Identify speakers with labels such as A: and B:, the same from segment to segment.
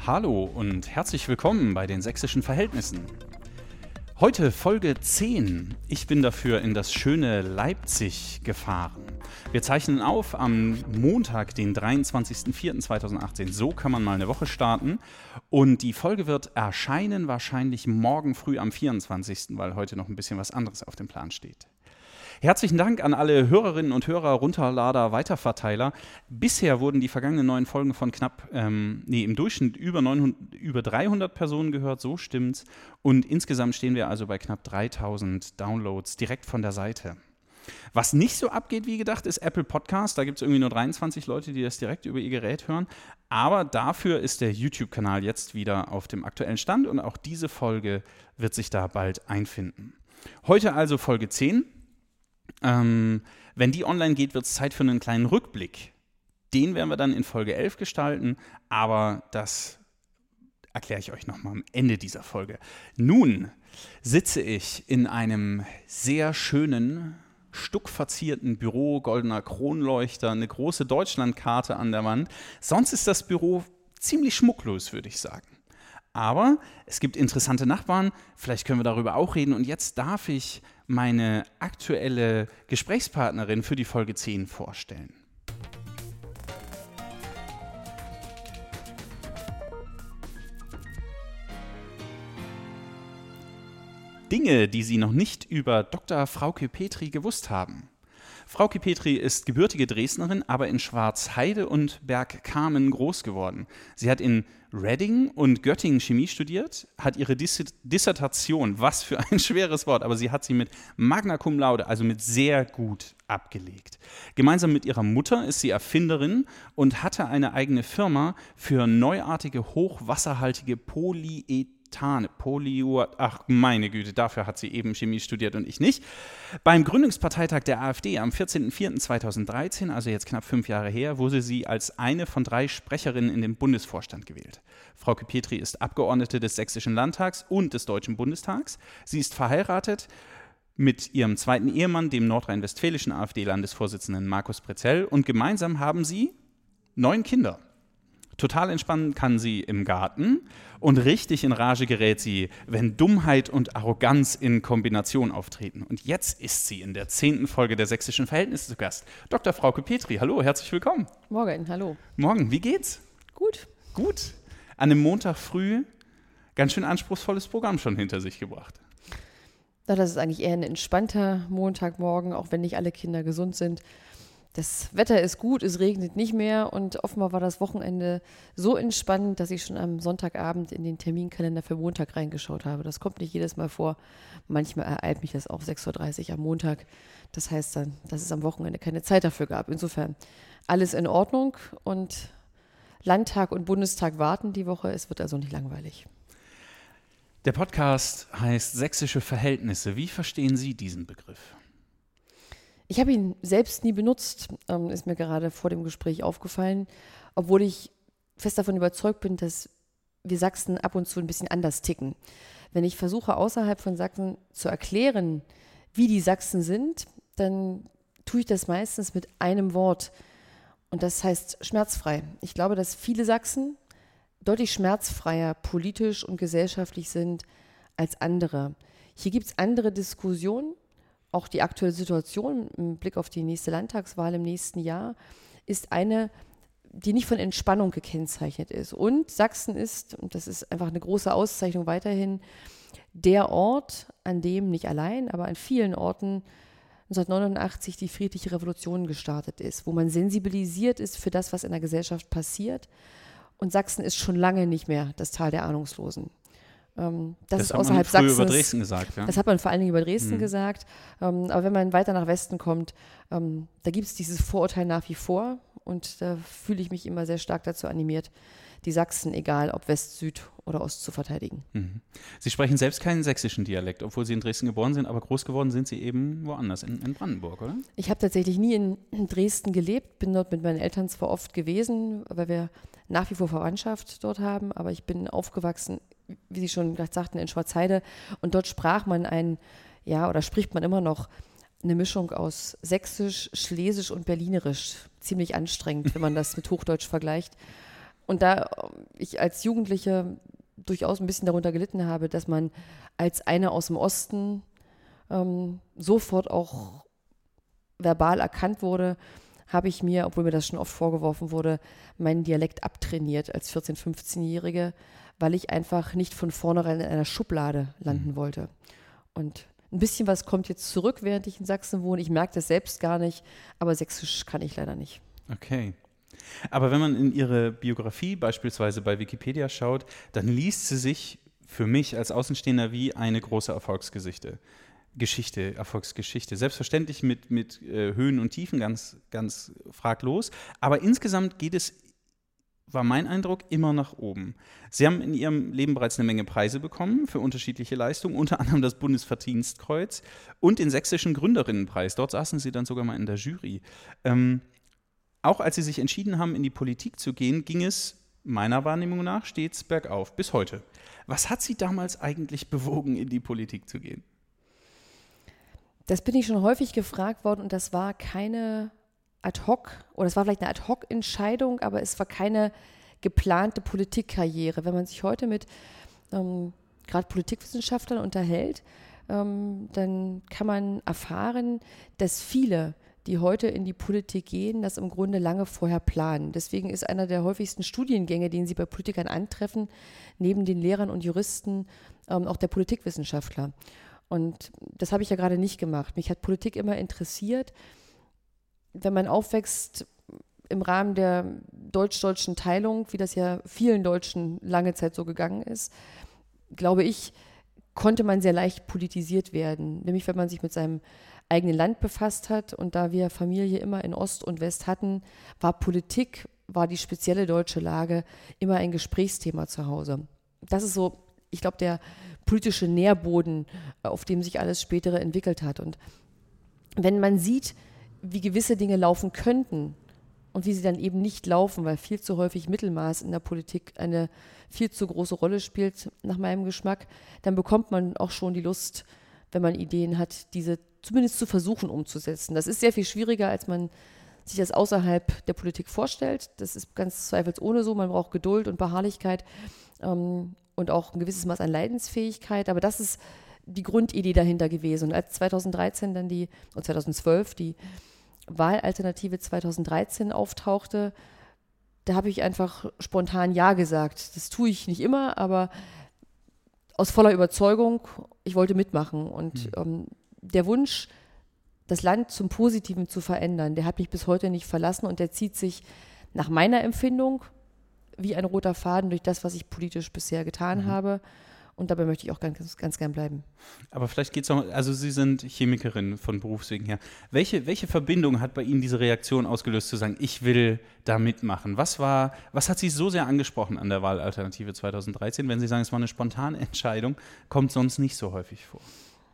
A: Hallo und herzlich willkommen bei den sächsischen Verhältnissen. Heute Folge 10. Ich bin dafür in das schöne Leipzig gefahren. Wir zeichnen auf am Montag, den 23.04.2018. So kann man mal eine Woche starten. Und die Folge wird erscheinen wahrscheinlich morgen früh am 24., weil heute noch ein bisschen was anderes auf dem Plan steht. Herzlichen Dank an alle Hörerinnen und Hörer, Runterlader, Weiterverteiler. Bisher wurden die vergangenen 9 Folgen von im Durchschnitt über 300 Personen gehört, so stimmt's. Und insgesamt stehen wir also bei knapp 3000 Downloads direkt von der Seite. Was nicht so abgeht wie gedacht, ist Apple Podcast. Da gibt es irgendwie nur 23 Leute, die das direkt über ihr Gerät hören. Aber dafür ist der YouTube-Kanal jetzt wieder auf dem aktuellen Stand und auch diese Folge wird sich da bald einfinden. Heute also Folge 10. Wenn die online geht, wird es Zeit für einen kleinen Rückblick. Den werden wir dann in Folge 11 gestalten, aber das erkläre ich euch nochmal am Ende dieser Folge. Nun sitze ich in einem sehr schönen, stuckverzierten Büro, goldener Kronleuchter, eine große Deutschlandkarte an der Wand. Sonst ist das Büro ziemlich schmucklos, würde ich sagen. Aber es gibt interessante Nachbarn, vielleicht können wir darüber auch reden. Und jetzt darf ich meine aktuelle Gesprächspartnerin für die Folge 10 vorstellen. Dinge, die Sie noch nicht über Dr. Frauke Petri gewusst haben. Frauke Petri ist gebürtige Dresdnerin, aber in Schwarzheide und Bergkamen groß geworden. Sie hat in Reading und Göttingen Chemie studiert, hat ihre Dissertation, was für ein schweres Wort, aber sie hat sie mit Magna Cum Laude, also mit sehr gut abgelegt. Gemeinsam mit ihrer Mutter ist sie Erfinderin und hatte eine eigene Firma für neuartige, hochwasserhaltige meine Güte, dafür hat sie eben Chemie studiert und ich nicht. Beim Gründungsparteitag der AfD am 14.04.2013, also jetzt knapp 5 Jahre her, wurde sie als eine von 3 Sprecherinnen in den Bundesvorstand gewählt. Frauke Petri ist Abgeordnete des Sächsischen Landtags und des Deutschen Bundestags. Sie ist verheiratet mit ihrem zweiten Ehemann, dem nordrhein-westfälischen AfD-Landesvorsitzenden Markus Pretzell, und gemeinsam haben sie 9 Kinder. Total entspannen kann sie im Garten und richtig in Rage gerät sie, wenn Dummheit und Arroganz in Kombination auftreten. Und jetzt ist sie in der 10. Folge der Sächsischen Verhältnisse zu Gast. Dr. Frauke Petri, hallo, herzlich willkommen.
B: Morgen, hallo.
A: Morgen, wie geht's?
B: Gut.
A: Gut. An einem Montag früh ganz schön anspruchsvolles Programm schon hinter sich gebracht.
B: Das ist eigentlich eher ein entspannter Montagmorgen, auch wenn nicht alle Kinder gesund sind. Das Wetter ist gut, es regnet nicht mehr und offenbar war das Wochenende so entspannend, dass ich schon am Sonntagabend in den Terminkalender für Montag reingeschaut habe. Das kommt nicht jedes Mal vor. Manchmal ereilt mich das auch 6.30 Uhr am Montag. Das heißt dann, dass es am Wochenende keine Zeit dafür gab. Insofern alles in Ordnung und Landtag und Bundestag warten die Woche. Es wird also nicht langweilig.
A: Der Podcast heißt Sächsische Verhältnisse. Wie verstehen Sie diesen Begriff?
B: Ich habe ihn selbst nie benutzt, ist mir gerade vor dem Gespräch aufgefallen, obwohl ich fest davon überzeugt bin, dass wir Sachsen ab und zu ein bisschen anders ticken. Wenn ich versuche, außerhalb von Sachsen zu erklären, wie die Sachsen sind, dann tue ich das meistens mit einem Wort und das heißt schmerzfrei. Ich glaube, dass viele Sachsen deutlich schmerzfreier politisch und gesellschaftlich sind als andere. Hier gibt es andere Diskussionen. Auch die aktuelle Situation im Blick auf die nächste Landtagswahl im nächsten Jahr ist eine, die nicht von Entspannung gekennzeichnet ist. Und Sachsen ist, und das ist einfach eine große Auszeichnung weiterhin, der Ort, an dem nicht allein, aber an vielen Orten 1989 die friedliche Revolution gestartet ist, wo man sensibilisiert ist für das, was in der Gesellschaft passiert. Und Sachsen ist schon lange nicht mehr das Tal der Ahnungslosen. Das ist außerhalb Sachsens.
A: Über Dresden gesagt, ja?
B: Das hat man vor allen Dingen über Dresden gesagt. Aber wenn man weiter nach Westen kommt, da gibt es dieses Vorurteil nach wie vor. Und da fühle ich mich immer sehr stark dazu animiert, die Sachsen, egal ob West, Süd oder Ost, zu verteidigen.
A: Mhm. Sie sprechen selbst keinen sächsischen Dialekt, obwohl Sie in Dresden geboren sind, aber groß geworden sind Sie eben woanders, in Brandenburg, oder?
B: Ich habe tatsächlich nie in Dresden gelebt, bin dort mit meinen Eltern zwar oft gewesen, weil wir nach wie vor Verwandtschaft dort haben, aber ich bin aufgewachsen, wie Sie schon gerade sagten, in Schwarzheide und dort sprach man spricht man immer noch eine Mischung aus Sächsisch, Schlesisch und Berlinerisch. Ziemlich anstrengend, wenn man das mit Hochdeutsch vergleicht. Und da ich als Jugendliche durchaus ein bisschen darunter gelitten habe, dass man als eine aus dem Osten sofort auch verbal erkannt wurde, habe ich mir, obwohl mir das schon oft vorgeworfen wurde, meinen Dialekt abtrainiert als 14-, 15-Jährige, weil ich einfach nicht von vornherein in einer Schublade landen wollte. Und ein bisschen was kommt jetzt zurück, während ich in Sachsen wohne. Ich merke das selbst gar nicht, aber Sächsisch kann ich leider nicht.
A: Okay. Aber wenn man in Ihre Biografie beispielsweise bei Wikipedia schaut, dann liest sie sich für mich als Außenstehender wie eine große Erfolgsgeschichte. Erfolgsgeschichte. Selbstverständlich mit Höhen und Tiefen, ganz, ganz fraglos. Aber insgesamt geht es, war mein Eindruck, immer nach oben. Sie haben in Ihrem Leben bereits eine Menge Preise bekommen für unterschiedliche Leistungen, unter anderem das Bundesverdienstkreuz und den Sächsischen Gründerinnenpreis. Dort saßen Sie dann sogar mal in der Jury. Auch als Sie sich entschieden haben, in die Politik zu gehen, ging es meiner Wahrnehmung nach stets bergauf, bis heute. Was hat Sie damals eigentlich bewogen, in die Politik zu gehen?
B: Das bin ich schon häufig gefragt worden und das war keine Ad-hoc, oder es war vielleicht eine Ad-hoc-Entscheidung, aber es war keine geplante Politikkarriere. Wenn man sich heute mit gerade Politikwissenschaftlern unterhält, dann kann man erfahren, dass viele, die heute in die Politik gehen, das im Grunde lange vorher planen. Deswegen ist einer der häufigsten Studiengänge, den Sie bei Politikern antreffen, neben den Lehrern und Juristen auch der Politikwissenschaftler. Und das habe ich ja gerade nicht gemacht. Mich hat Politik immer interessiert. Wenn man aufwächst im Rahmen der deutsch-deutschen Teilung, wie das ja vielen Deutschen lange Zeit so gegangen ist, glaube ich, konnte man sehr leicht politisiert werden. Nämlich, wenn man sich mit seinem eigenen Land befasst hat. Und da wir Familie immer in Ost und West hatten, war Politik, war die spezielle deutsche Lage immer ein Gesprächsthema zu Hause. Das ist so, ich glaube, der politische Nährboden, auf dem sich alles Spätere entwickelt hat. Und wenn man sieht, wie gewisse Dinge laufen könnten und wie sie dann eben nicht laufen, weil viel zu häufig Mittelmaß in der Politik eine viel zu große Rolle spielt, nach meinem Geschmack, dann bekommt man auch schon die Lust, wenn man Ideen hat, diese zumindest zu versuchen umzusetzen. Das ist sehr viel schwieriger, als man sich das außerhalb der Politik vorstellt. Das ist ganz zweifelsohne so. Man braucht Geduld und Beharrlichkeit und auch ein gewisses Maß an Leidensfähigkeit. Aber das ist die Grundidee dahinter gewesen. Und als 2012 die Wahlalternative 2013 auftauchte, da habe ich einfach spontan Ja gesagt. Das tue ich nicht immer, aber aus voller Überzeugung, ich wollte mitmachen. Und der Wunsch, das Land zum Positiven zu verändern, der hat mich bis heute nicht verlassen und der zieht sich nach meiner Empfindung wie ein roter Faden durch das, was ich politisch bisher getan habe. Und dabei möchte ich auch ganz, ganz gern bleiben. Aber vielleicht geht es noch, also Sie sind Chemikerin von Berufswegen her. Welche Verbindung hat bei Ihnen diese Reaktion ausgelöst, zu sagen, ich will da mitmachen? Was hat Sie so sehr angesprochen an der Wahlalternative 2013, wenn Sie sagen, es war eine spontane Entscheidung, kommt sonst nicht so häufig vor?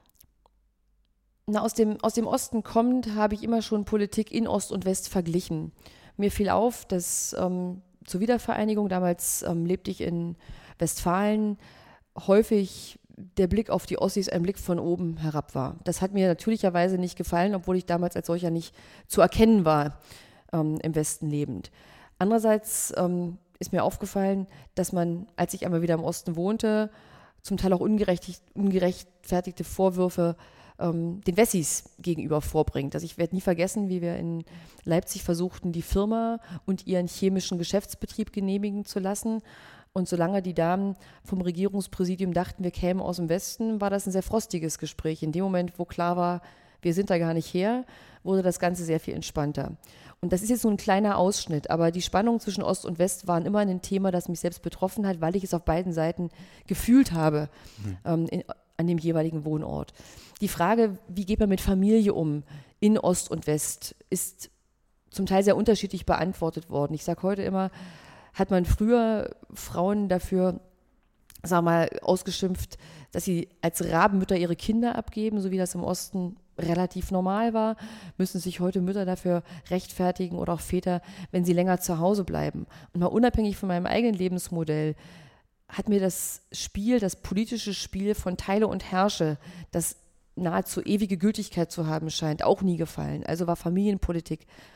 B: Aus dem Osten kommend, habe ich immer schon Politik in Ost und West verglichen. Mir fiel auf, dass zur Wiedervereinigung, damals lebte ich in Westfalen, häufig der Blick auf die Ossis ein Blick von oben herab war. Das hat mir natürlicherweise nicht gefallen, obwohl ich damals als solcher nicht zu erkennen war, im Westen lebend. Andererseits ist mir aufgefallen, dass man, als ich einmal wieder im Osten wohnte, zum Teil auch ungerechtfertigte Vorwürfe den Wessis gegenüber vorbringt. Also ich werde nie vergessen, wie wir in Leipzig versuchten, die Firma und ihren chemischen Geschäftsbetrieb genehmigen zu lassen. Und solange die Damen vom Regierungspräsidium dachten, wir kämen aus dem Westen, war das ein sehr frostiges Gespräch. In dem Moment, wo klar war, wir sind da gar nicht her, wurde das Ganze sehr viel entspannter. Und das ist jetzt so ein kleiner Ausschnitt, aber die Spannungen zwischen Ost und West waren immer ein Thema, das mich selbst betroffen hat, weil ich es auf beiden Seiten gefühlt habe, an dem jeweiligen Wohnort. Die Frage, wie geht man mit Familie um in Ost und West, ist zum Teil sehr unterschiedlich beantwortet worden. Ich sage heute immer, hat man früher Frauen dafür, sagen wir mal, ausgeschimpft, dass sie als Rabenmütter ihre Kinder abgeben, so wie das im Osten relativ normal war, müssen sich heute Mütter dafür rechtfertigen oder auch Väter, wenn sie länger zu Hause bleiben. Und mal unabhängig von meinem eigenen Lebensmodell hat mir das politische Spiel von Teile und Herrsche, das nahezu ewige Gültigkeit zu haben scheint, auch nie gefallen. Also war Familienpolitik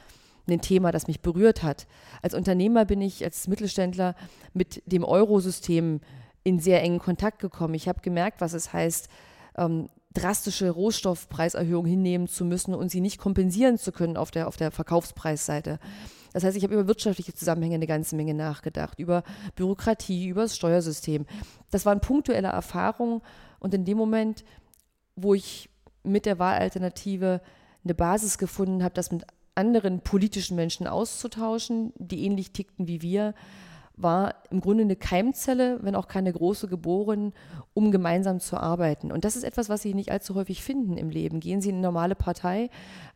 B: ein Thema, das mich berührt hat. Als Unternehmer bin ich als Mittelständler mit dem Eurosystem in sehr engen Kontakt gekommen. Ich habe gemerkt, was es heißt, drastische Rohstoffpreiserhöhungen hinnehmen zu müssen und sie nicht kompensieren zu können auf der Verkaufspreisseite. Das heißt, ich habe über wirtschaftliche Zusammenhänge eine ganze Menge nachgedacht, über Bürokratie, über das Steuersystem. Das waren punktuelle Erfahrungen und in dem Moment, wo ich mit der Wahlalternative eine Basis gefunden habe, das mit anderen politischen Menschen auszutauschen, die ähnlich tickten wie wir, war im Grunde eine Keimzelle, wenn auch keine große, geboren, um gemeinsam zu arbeiten. Und das ist etwas, was Sie nicht allzu häufig finden im Leben. Gehen Sie in eine normale Partei,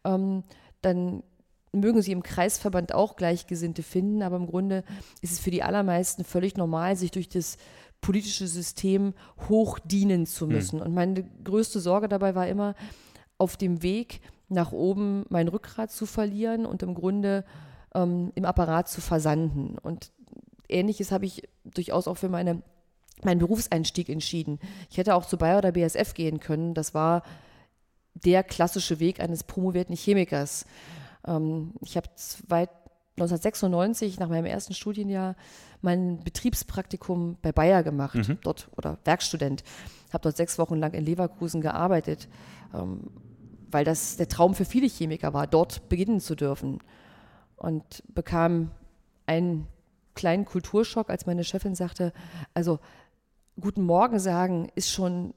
B: dann mögen Sie im Kreisverband auch Gleichgesinnte finden, aber im Grunde ist es für die allermeisten völlig normal, sich durch das politische System hochdienen zu müssen. Und meine größte Sorge dabei war immer, auf dem Weg nach oben mein Rückgrat zu verlieren und im Grunde im Apparat zu versanden. Und Ähnliches habe ich durchaus auch für meinen Berufseinstieg entschieden. Ich hätte auch zu Bayer oder BASF gehen können. Das war der klassische Weg eines promovierten Chemikers. Ich habe 1996 nach meinem ersten Studienjahr mein Betriebspraktikum bei Bayer gemacht, dort oder Werkstudent. Habe dort 6 Wochen lang in Leverkusen gearbeitet, weil das der Traum für viele Chemiker war, dort beginnen zu dürfen. Und bekam einen kleinen Kulturschock, als meine Chefin sagte, also Guten Morgen sagen ist schon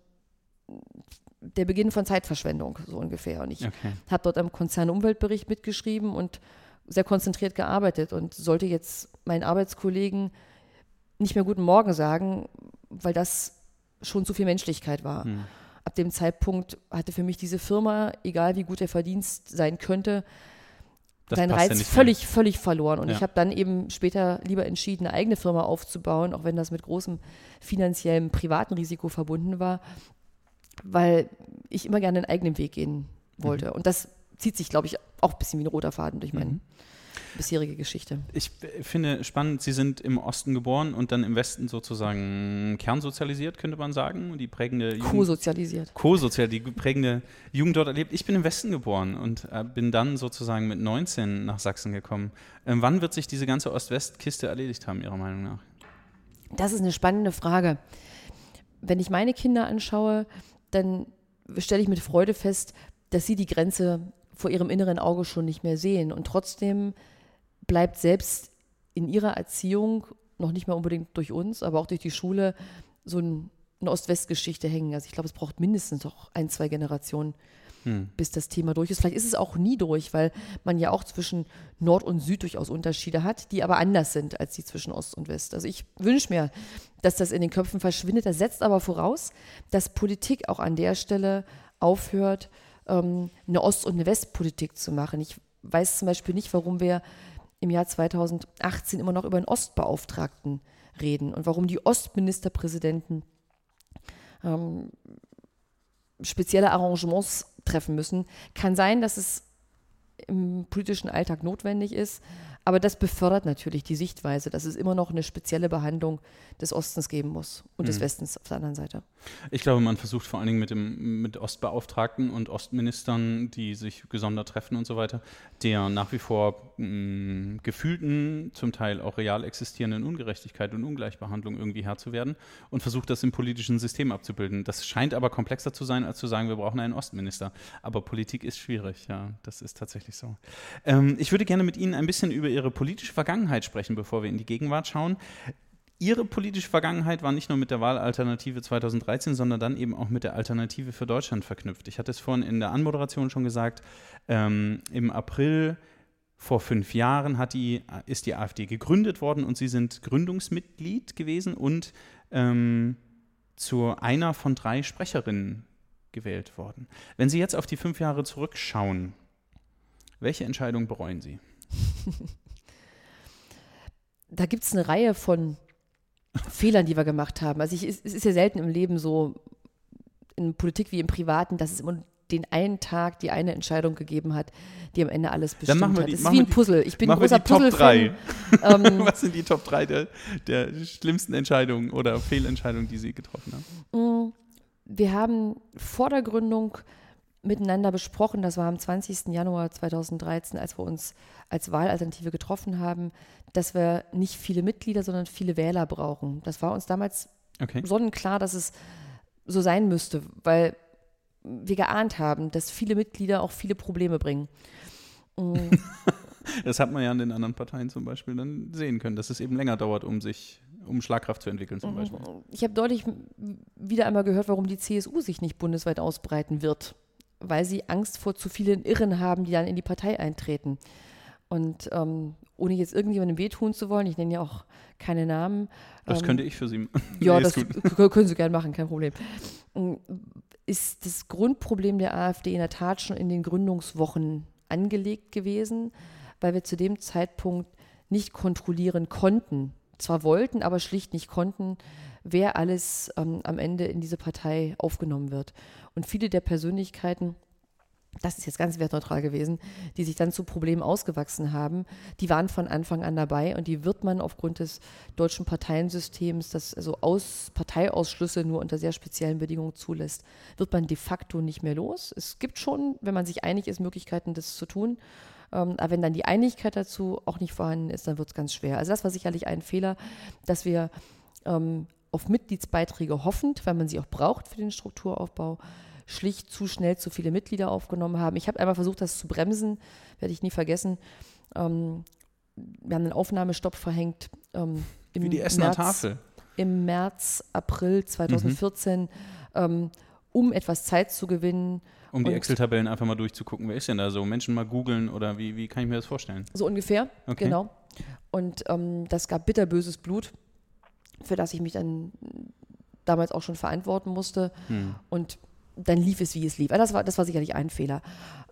B: der Beginn von Zeitverschwendung, so ungefähr. Und ich habe dort am Konzernumweltbericht mitgeschrieben und sehr konzentriert gearbeitet und sollte jetzt meinen Arbeitskollegen nicht mehr Guten Morgen sagen, weil das schon zu viel Menschlichkeit war. Ab dem Zeitpunkt hatte für mich diese Firma, egal wie gut der Verdienst sein könnte, seinen Reiz völlig verloren. Und ich habe dann eben später lieber entschieden, eine eigene Firma aufzubauen, auch wenn das mit großem finanziellem, privaten Risiko verbunden war, weil ich immer gerne einen eigenen Weg gehen wollte. Und das zieht sich, glaube ich, auch ein bisschen wie ein roter Faden durch meine bisherige Geschichte.
A: Ich finde spannend, Sie sind im Osten geboren und dann im Westen sozusagen kernsozialisiert, könnte man sagen. Die prägende die prägende Jugend dort erlebt. Ich bin im Westen geboren und bin dann sozusagen mit 19 nach Sachsen gekommen. Wann wird sich diese ganze Ost-West-Kiste erledigt haben, Ihrer Meinung nach?
B: Das ist eine spannende Frage. Wenn ich meine Kinder anschaue, dann stelle ich mit Freude fest, dass sie die Grenze vor ihrem inneren Auge schon nicht mehr sehen. Und trotzdem bleibt selbst in ihrer Erziehung, noch nicht mal unbedingt durch uns, aber auch durch die Schule, so eine Ost-West-Geschichte hängen. Also ich glaube, es braucht mindestens noch 1, 2 Generationen, bis das Thema durch ist. Vielleicht ist es auch nie durch, weil man ja auch zwischen Nord und Süd durchaus Unterschiede hat, die aber anders sind als die zwischen Ost und West. Also ich wünsche mir, dass das in den Köpfen verschwindet. Das setzt aber voraus, dass Politik auch an der Stelle aufhört, eine Ost- und eine Westpolitik zu machen. Ich weiß zum Beispiel nicht, warum wir im Jahr 2018 immer noch über einen Ostbeauftragten reden und warum die Ostministerpräsidenten spezielle Arrangements treffen müssen. Kann sein, dass es im politischen Alltag notwendig ist, aber das befördert natürlich die Sichtweise, dass es immer noch eine spezielle Behandlung des Ostens geben muss und des Westens auf der anderen Seite. Ich
A: glaube, man versucht vor allen Dingen mit Ostbeauftragten und Ostministern, die sich gesondert treffen und so weiter, der nach wie vor gefühlten, zum Teil auch real existierenden Ungerechtigkeit und Ungleichbehandlung irgendwie Herr zu werden und versucht, das im politischen System abzubilden. Das scheint aber komplexer zu sein, als zu sagen, wir brauchen einen Ostminister. Aber Politik ist schwierig, ja, das ist tatsächlich so. Ich würde gerne mit Ihnen ein bisschen über Ihre politische Vergangenheit sprechen, bevor wir in die Gegenwart schauen. Ihre politische Vergangenheit war nicht nur mit der Wahlalternative 2013, sondern dann eben auch mit der Alternative für Deutschland verknüpft. Ich hatte es vorhin in der Anmoderation schon gesagt, im April vor 5 Jahren ist die AfD gegründet worden und Sie sind Gründungsmitglied gewesen und zu einer von 3 Sprecherinnen gewählt worden. Wenn Sie jetzt auf die 5 Jahre zurückschauen, welche Entscheidung bereuen Sie?
B: Da gibt es eine Reihe von Fehlern, die wir gemacht haben. Also es ist ja selten im Leben so, in Politik wie im Privaten, dass es immer den einen Tag die eine Entscheidung gegeben hat, die am Ende alles bestimmt hat. Es ist wie ein Puzzle. Ich bin ein großer Puzzle-Fan.
A: Was sind die Top 3 der schlimmsten Entscheidungen oder Fehlentscheidungen, die Sie getroffen haben?
B: Wir haben vor der Gründung miteinander besprochen, das war am 20. Januar 2013, als wir uns als Wahlalternative getroffen haben, dass wir nicht viele Mitglieder, sondern viele Wähler brauchen. Das war uns damals sonnenklar, dass es so sein müsste, weil wir geahnt haben, dass viele Mitglieder auch viele Probleme bringen.
A: Das hat man ja an den anderen Parteien zum Beispiel dann sehen können, dass es eben länger dauert, um Schlagkraft zu entwickeln zum Beispiel.
B: Ich habe deutlich wieder einmal gehört, warum die CSU sich nicht bundesweit ausbreiten wird, weil sie Angst vor zu vielen Irren haben, die dann in die Partei eintreten. Und ohne jetzt irgendjemandem wehtun zu wollen, ich nenne ja auch keine Namen.
A: Das könnte ich für Sie machen.
B: Ja, das können Sie gerne machen, kein Problem. Ist das Grundproblem der AfD in der Tat schon in den Gründungswochen angelegt gewesen, weil wir zu dem Zeitpunkt nicht kontrollieren konnten, zwar wollten, aber schlicht nicht konnten, wer alles am Ende in diese Partei aufgenommen wird. Und viele der Persönlichkeiten, das ist jetzt ganz wertneutral gewesen, die sich dann zu Problemen ausgewachsen haben, die waren von Anfang an dabei und die wird man aufgrund des deutschen Parteiensystems, das also Parteiausschlüsse nur unter sehr speziellen Bedingungen zulässt, wird man de facto nicht mehr los. Es gibt schon, wenn man sich einig ist, Möglichkeiten, das zu tun. Aber wenn dann die Einigkeit dazu auch nicht vorhanden ist, dann wird es ganz schwer. Also das war sicherlich ein Fehler, dass wir auf Mitgliedsbeiträge hoffend, weil man sie auch braucht für den Strukturaufbau, schlicht zu schnell zu viele Mitglieder aufgenommen haben. Ich habe einmal versucht, das zu bremsen, werde ich nie vergessen. Wir haben einen Aufnahmestopp verhängt.
A: Wie die Essener Tafel.
B: Im März, April 2014, um etwas Zeit zu gewinnen.
A: Um die Excel-Tabellen einfach mal durchzugucken. Wer ist denn da so? Menschen mal googeln oder wie kann ich mir das vorstellen?
B: So ungefähr, genau. Und das gab bitterböses Blut, für das ich mich dann damals auch schon verantworten musste. Und dann lief es, wie es lief. Also das war sicherlich ein Fehler.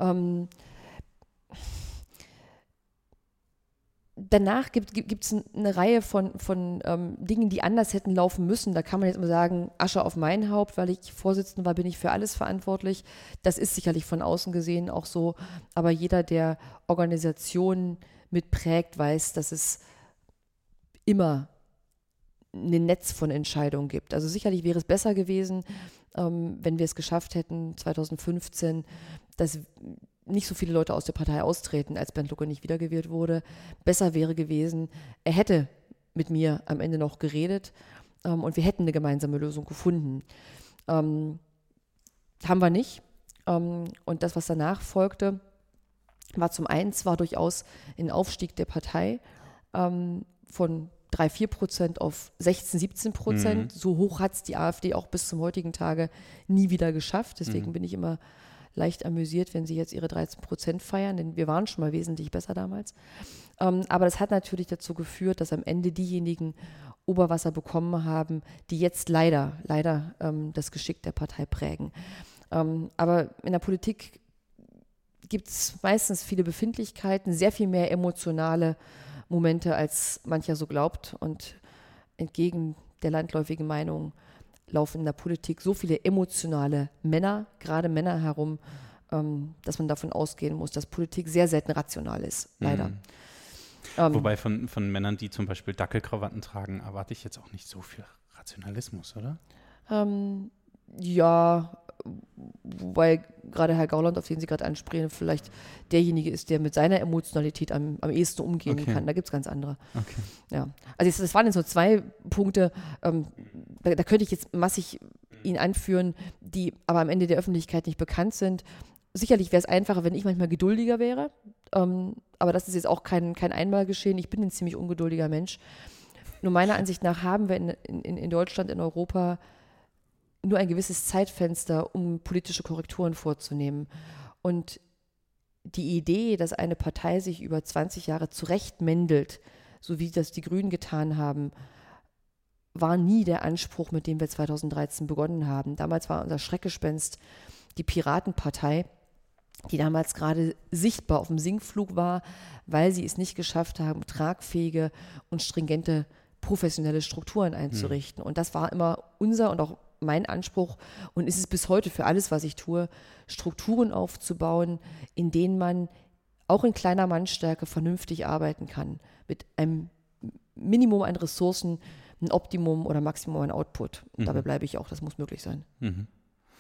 B: Danach gibt es eine Reihe von Dingen, die anders hätten laufen müssen. Da kann man jetzt immer sagen, Asche auf mein Haupt, weil ich Vorsitzende war, bin ich für alles verantwortlich. Das ist sicherlich von außen gesehen auch so. Aber jeder, der Organisationen mitprägt, weiß, dass es immer ein Netz von Entscheidungen gibt. Also sicherlich wäre es besser gewesen, wenn wir es geschafft hätten, 2015, dass nicht so viele Leute aus der Partei austreten, als Bernd Lucke nicht wiedergewählt wurde. Besser wäre gewesen, er hätte mit mir am Ende noch geredet und wir hätten eine gemeinsame Lösung gefunden. Haben wir nicht. Und das, was danach folgte, war zum einen zwar durchaus ein Aufstieg der Partei von 3-4% auf 16-17%. So hoch hat es die AfD auch bis zum heutigen Tage nie wieder geschafft. Deswegen bin ich immer leicht amüsiert, wenn sie jetzt ihre 13% feiern, denn wir waren schon mal wesentlich besser damals. Aber das hat natürlich dazu geführt, dass am Ende diejenigen Oberwasser bekommen haben, die jetzt leider das Geschick der Partei prägen. Aber in der Politik gibt es meistens viele Befindlichkeiten, sehr viel mehr emotionale Momente, als mancher so glaubt. Und entgegen der landläufigen Meinung laufen in der Politik so viele emotionale Männer, gerade Männer herum, dass man davon ausgehen muss, dass Politik sehr selten rational ist, leider.
A: Wobei von Männern, die zum Beispiel Dackelkrawatten tragen, erwarte ich jetzt auch nicht so viel Rationalismus, oder?
B: Ja, wobei gerade Herr Gauland, auf den Sie gerade ansprechen, vielleicht derjenige ist, der mit seiner Emotionalität am ehesten umgehen kann. Da gibt es ganz andere.
A: Okay.
B: Ja. Also das waren jetzt so 2 Punkte, da könnte ich jetzt massig Ihnen anführen, die aber am Ende der Öffentlichkeit nicht bekannt sind. Sicherlich wäre es einfacher, wenn ich manchmal geduldiger wäre, aber das ist jetzt auch kein Einmalgeschehen. Ich bin ein ziemlich ungeduldiger Mensch. Nur meiner Ansicht nach haben wir in Deutschland, in Europa nur ein gewisses Zeitfenster, um politische Korrekturen vorzunehmen. Und die Idee, dass eine Partei sich über 20 Jahre zurechtmändelt, so wie das die Grünen getan haben, war nie der Anspruch, mit dem wir 2013 begonnen haben. Damals war unser Schreckgespenst die Piratenpartei, die damals gerade sichtbar auf dem Sinkflug war, weil sie es nicht geschafft haben, tragfähige und stringente professionelle Strukturen einzurichten. Und das war immer unser und auch mein Anspruch und ist es bis heute für alles, was ich tue, Strukturen aufzubauen, in denen man auch in kleiner Mannstärke vernünftig arbeiten kann, mit einem Minimum an Ressourcen, ein Optimum oder Maximum an Output. Und dabei bleibe ich auch, das muss möglich sein.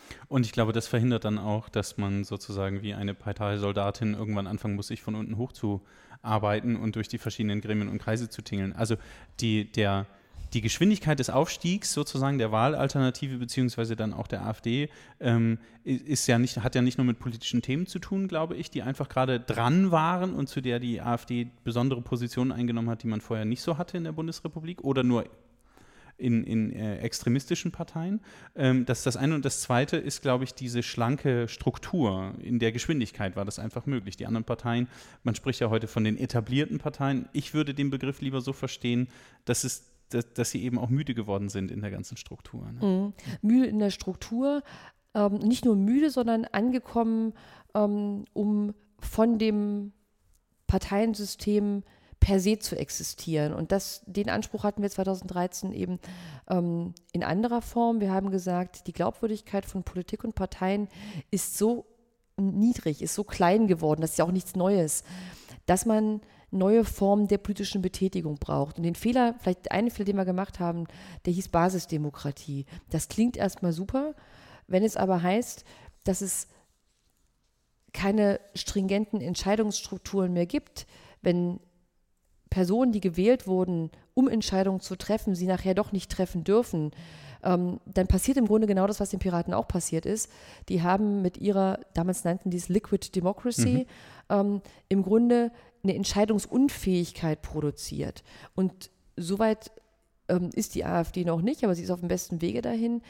A: Und ich glaube, das verhindert dann auch, dass man sozusagen wie eine Parteisoldatin irgendwann anfangen muss, sich von unten hoch zu arbeiten und durch die verschiedenen Gremien und Kreise zu tingeln. Also die Geschwindigkeit des Aufstiegs sozusagen der Wahlalternative beziehungsweise dann auch der AfD hat ja nicht nur mit politischen Themen zu tun, glaube ich, die einfach gerade dran waren und zu der die AfD besondere Positionen eingenommen hat, die man vorher nicht so hatte in der Bundesrepublik oder nur in extremistischen Parteien. Das ist das eine. Und das zweite ist, glaube ich, diese schlanke Struktur. In der Geschwindigkeit war das einfach möglich. Die anderen Parteien, man spricht ja heute von den etablierten Parteien. Ich würde den Begriff lieber so verstehen, dass sie eben auch müde geworden sind in der ganzen Struktur. Ne?
B: Müde in der Struktur, nicht nur müde, sondern angekommen, um von dem Parteiensystem per se zu existieren. Und den Anspruch hatten wir 2013 eben in anderer Form. Wir haben gesagt, die Glaubwürdigkeit von Politik und Parteien ist so niedrig, ist so klein geworden, das ist ja auch nichts Neues, dass man neue Formen der politischen Betätigung braucht. Und vielleicht einen Fehler, den wir gemacht haben, der hieß Basisdemokratie. Das klingt erstmal super, wenn es aber heißt, dass es keine stringenten Entscheidungsstrukturen mehr gibt, wenn Personen, die gewählt wurden, um Entscheidungen zu treffen, sie nachher doch nicht treffen dürfen, dann passiert im Grunde genau das, was den Piraten auch passiert ist. Die haben mit ihrer, damals nannten die es Liquid Democracy, im Grunde eine Entscheidungsunfähigkeit produziert. Und soweit ist die AfD noch nicht, aber sie ist auf dem besten Wege dahin,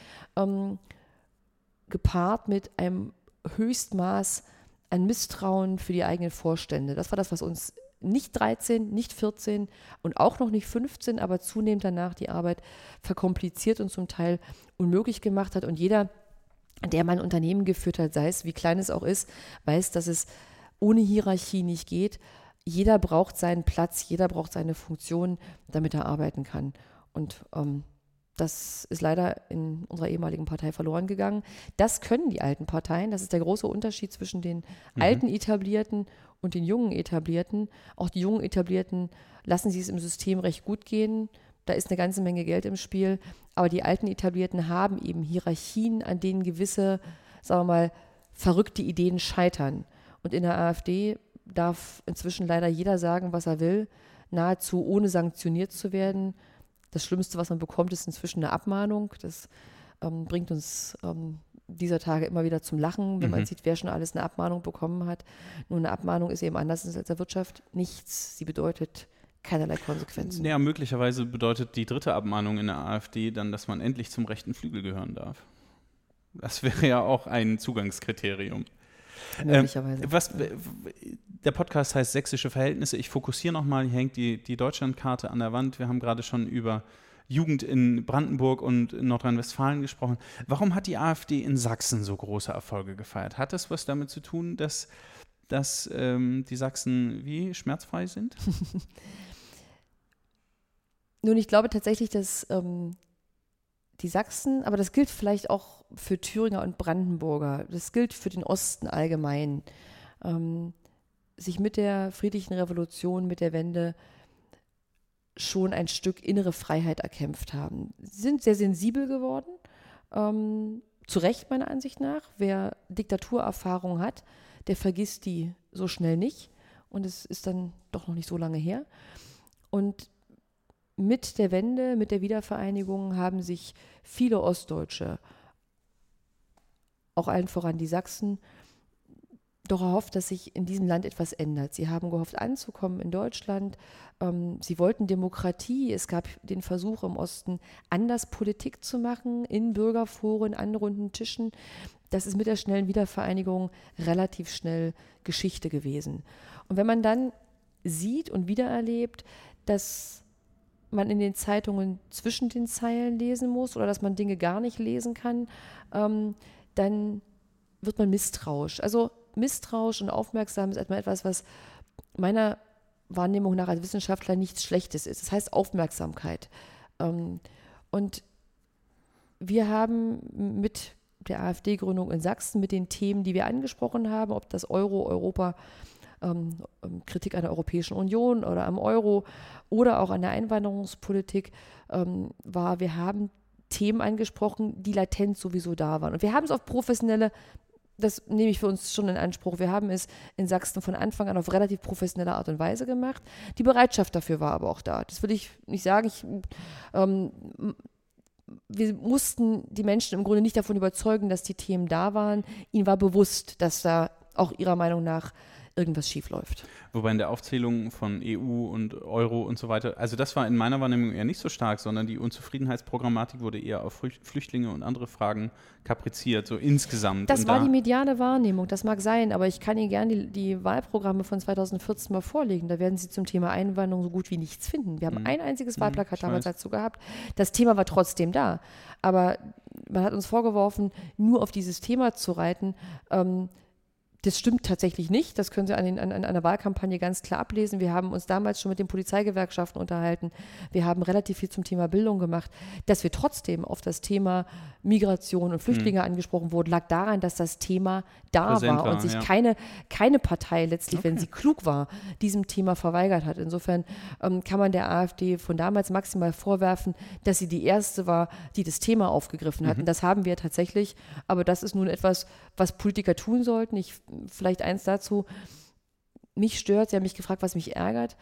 B: gepaart mit einem Höchstmaß an Misstrauen für die eigenen Vorstände. Das war das, was uns nicht 13, nicht 14 und auch noch nicht 15, aber zunehmend danach die Arbeit verkompliziert und zum Teil unmöglich gemacht hat. Und jeder, der mal ein Unternehmen geführt hat, sei es wie klein es auch ist, weiß, dass es ohne Hierarchie nicht geht. Jeder braucht seinen Platz, jeder braucht seine Funktion, damit er arbeiten kann. Und das ist leider in unserer ehemaligen Partei verloren gegangen. Das können die alten Parteien. Das ist der große Unterschied zwischen den alten Etablierten und den jungen Etablierten. Auch die jungen Etablierten lassen sie es im System recht gut gehen. Da ist eine ganze Menge Geld im Spiel. Aber die alten Etablierten haben eben Hierarchien, an denen gewisse, sagen wir mal, verrückte Ideen scheitern. Und in der AfD darf inzwischen leider jeder sagen, was er will, nahezu ohne sanktioniert zu werden. Das Schlimmste, was man bekommt, ist inzwischen eine Abmahnung. Das bringt uns dieser Tage immer wieder zum Lachen, wenn man sieht, wer schon alles eine Abmahnung bekommen hat. Nur eine Abmahnung ist eben anders als in der Wirtschaft nichts. Sie bedeutet keinerlei Konsequenzen.
A: Ja, möglicherweise bedeutet die dritte Abmahnung in der AfD dann, dass man endlich zum rechten Flügel gehören darf. Das wäre ja auch ein Zugangskriterium.
B: Möglicherweise.
A: Der Podcast heißt Sächsische Verhältnisse. Ich fokussiere nochmal, hier hängt die Deutschlandkarte an der Wand. Wir haben gerade schon über Jugend in Brandenburg und in Nordrhein-Westfalen gesprochen. Warum hat die AfD in Sachsen so große Erfolge gefeiert? Hat das was damit zu tun, dass die Sachsen schmerzfrei sind?
B: Nun, ich glaube tatsächlich, dass die Sachsen, aber das gilt vielleicht auch für Thüringer und Brandenburger, das gilt für den Osten allgemein, sich mit der friedlichen Revolution, mit der Wende schon ein Stück innere Freiheit erkämpft haben. Sie sind sehr sensibel geworden, zu Recht meiner Ansicht nach. Wer Diktaturerfahrung hat, der vergisst die so schnell nicht und es ist dann doch noch nicht so lange her. Und mit der Wende, mit der Wiedervereinigung haben sich viele Ostdeutsche, auch allen voran die Sachsen, doch erhofft, dass sich in diesem Land etwas ändert. Sie haben gehofft, anzukommen in Deutschland. Sie wollten Demokratie. Es gab den Versuch im Osten, anders Politik zu machen, in Bürgerforen, an runden Tischen. Das ist mit der schnellen Wiedervereinigung relativ schnell Geschichte gewesen. Und wenn man dann sieht und wiedererlebt, dass man in den Zeitungen zwischen den Zeilen lesen muss oder dass man Dinge gar nicht lesen kann, dann wird man misstrauisch. Also misstrauisch und aufmerksam ist etwas, was meiner Wahrnehmung nach als Wissenschaftler nichts Schlechtes ist. Das heißt Aufmerksamkeit. Und wir haben mit der AfD-Gründung in Sachsen, mit den Themen, die wir angesprochen haben, ob das Europa, Kritik an der Europäischen Union oder am Euro oder auch an der Einwanderungspolitik wir haben Themen angesprochen, die latent sowieso da waren. Und wir haben es auf professionelle, das nehme ich für uns schon in Anspruch, wir haben es in Sachsen von Anfang an auf relativ professionelle Art und Weise gemacht. Die Bereitschaft dafür war aber auch da. Das will ich nicht sagen. Wir mussten die Menschen im Grunde nicht davon überzeugen, dass die Themen da waren. Ihnen war bewusst, dass da auch ihrer Meinung nach irgendwas schiefläuft.
A: Wobei in der Aufzählung von EU und Euro und so weiter, also das war in meiner Wahrnehmung eher nicht so stark, sondern die Unzufriedenheitsprogrammatik wurde eher auf Flüchtlinge und andere Fragen kapriziert, so insgesamt.
B: Das war die mediale Wahrnehmung, das mag sein, aber ich kann Ihnen gerne die Wahlprogramme von 2014 mal vorlegen. Da werden Sie zum Thema Einwanderung so gut wie nichts finden. Wir haben ein einziges Wahlplakat damals dazu gehabt. Das Thema war trotzdem da. Aber man hat uns vorgeworfen, nur auf dieses Thema zu reiten. Das stimmt tatsächlich nicht. Das können Sie an der Wahlkampagne ganz klar ablesen. Wir haben uns damals schon mit den Polizeigewerkschaften unterhalten. Wir haben relativ viel zum Thema Bildung gemacht. Dass wir trotzdem auf das Thema Migration und Flüchtlinge angesprochen wurden, lag daran, dass das Thema da war und sich keine Partei letztlich, wenn sie klug war, diesem Thema verweigert hat. Insofern kann man der AfD von damals maximal vorwerfen, dass sie die erste war, die das Thema aufgegriffen hat. Und das haben wir tatsächlich. Aber das ist nun etwas, was Politiker tun sollten. Vielleicht eins dazu, mich stört, Sie haben mich gefragt, was mich ärgert.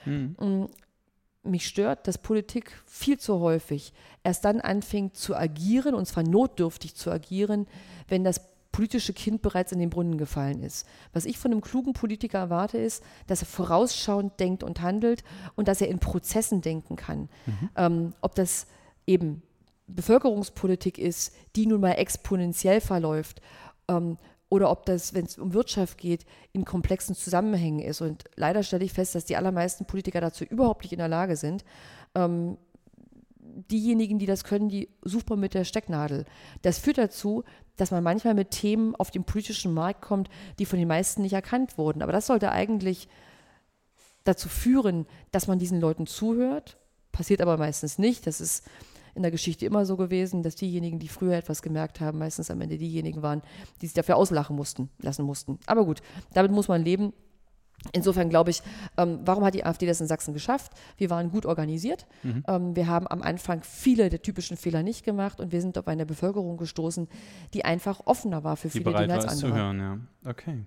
B: Mich stört, dass Politik viel zu häufig erst dann anfängt zu agieren, und zwar notdürftig zu agieren, wenn das politische Kind bereits in den Brunnen gefallen ist. Was ich von einem klugen Politiker erwarte, ist, dass er vorausschauend denkt und handelt und dass er in Prozessen denken kann. Ob das eben Bevölkerungspolitik ist, die nun mal exponentiell verläuft, oder ob das, wenn es um Wirtschaft geht, in komplexen Zusammenhängen ist. Und leider stelle ich fest, dass die allermeisten Politiker dazu überhaupt nicht in der Lage sind. Diejenigen, die das können, die sucht man mit der Stecknadel. Das führt dazu, dass man manchmal mit Themen auf den politischen Markt kommt, die von den meisten nicht erkannt wurden. Aber das sollte eigentlich dazu führen, dass man diesen Leuten zuhört. Passiert aber meistens nicht. Das ist in der Geschichte immer so gewesen, dass diejenigen, die früher etwas gemerkt haben, meistens am Ende diejenigen waren, die sich dafür auslachen lassen mussten. Aber gut, damit muss man leben. Insofern glaube ich, warum hat die AfD das in Sachsen geschafft? Wir waren gut organisiert. Wir haben am Anfang viele der typischen Fehler nicht gemacht und wir sind auf eine Bevölkerung gestoßen, die einfach offener war für viele Dinge als andere.
A: Die bereit war, es zu hören, ja. Okay.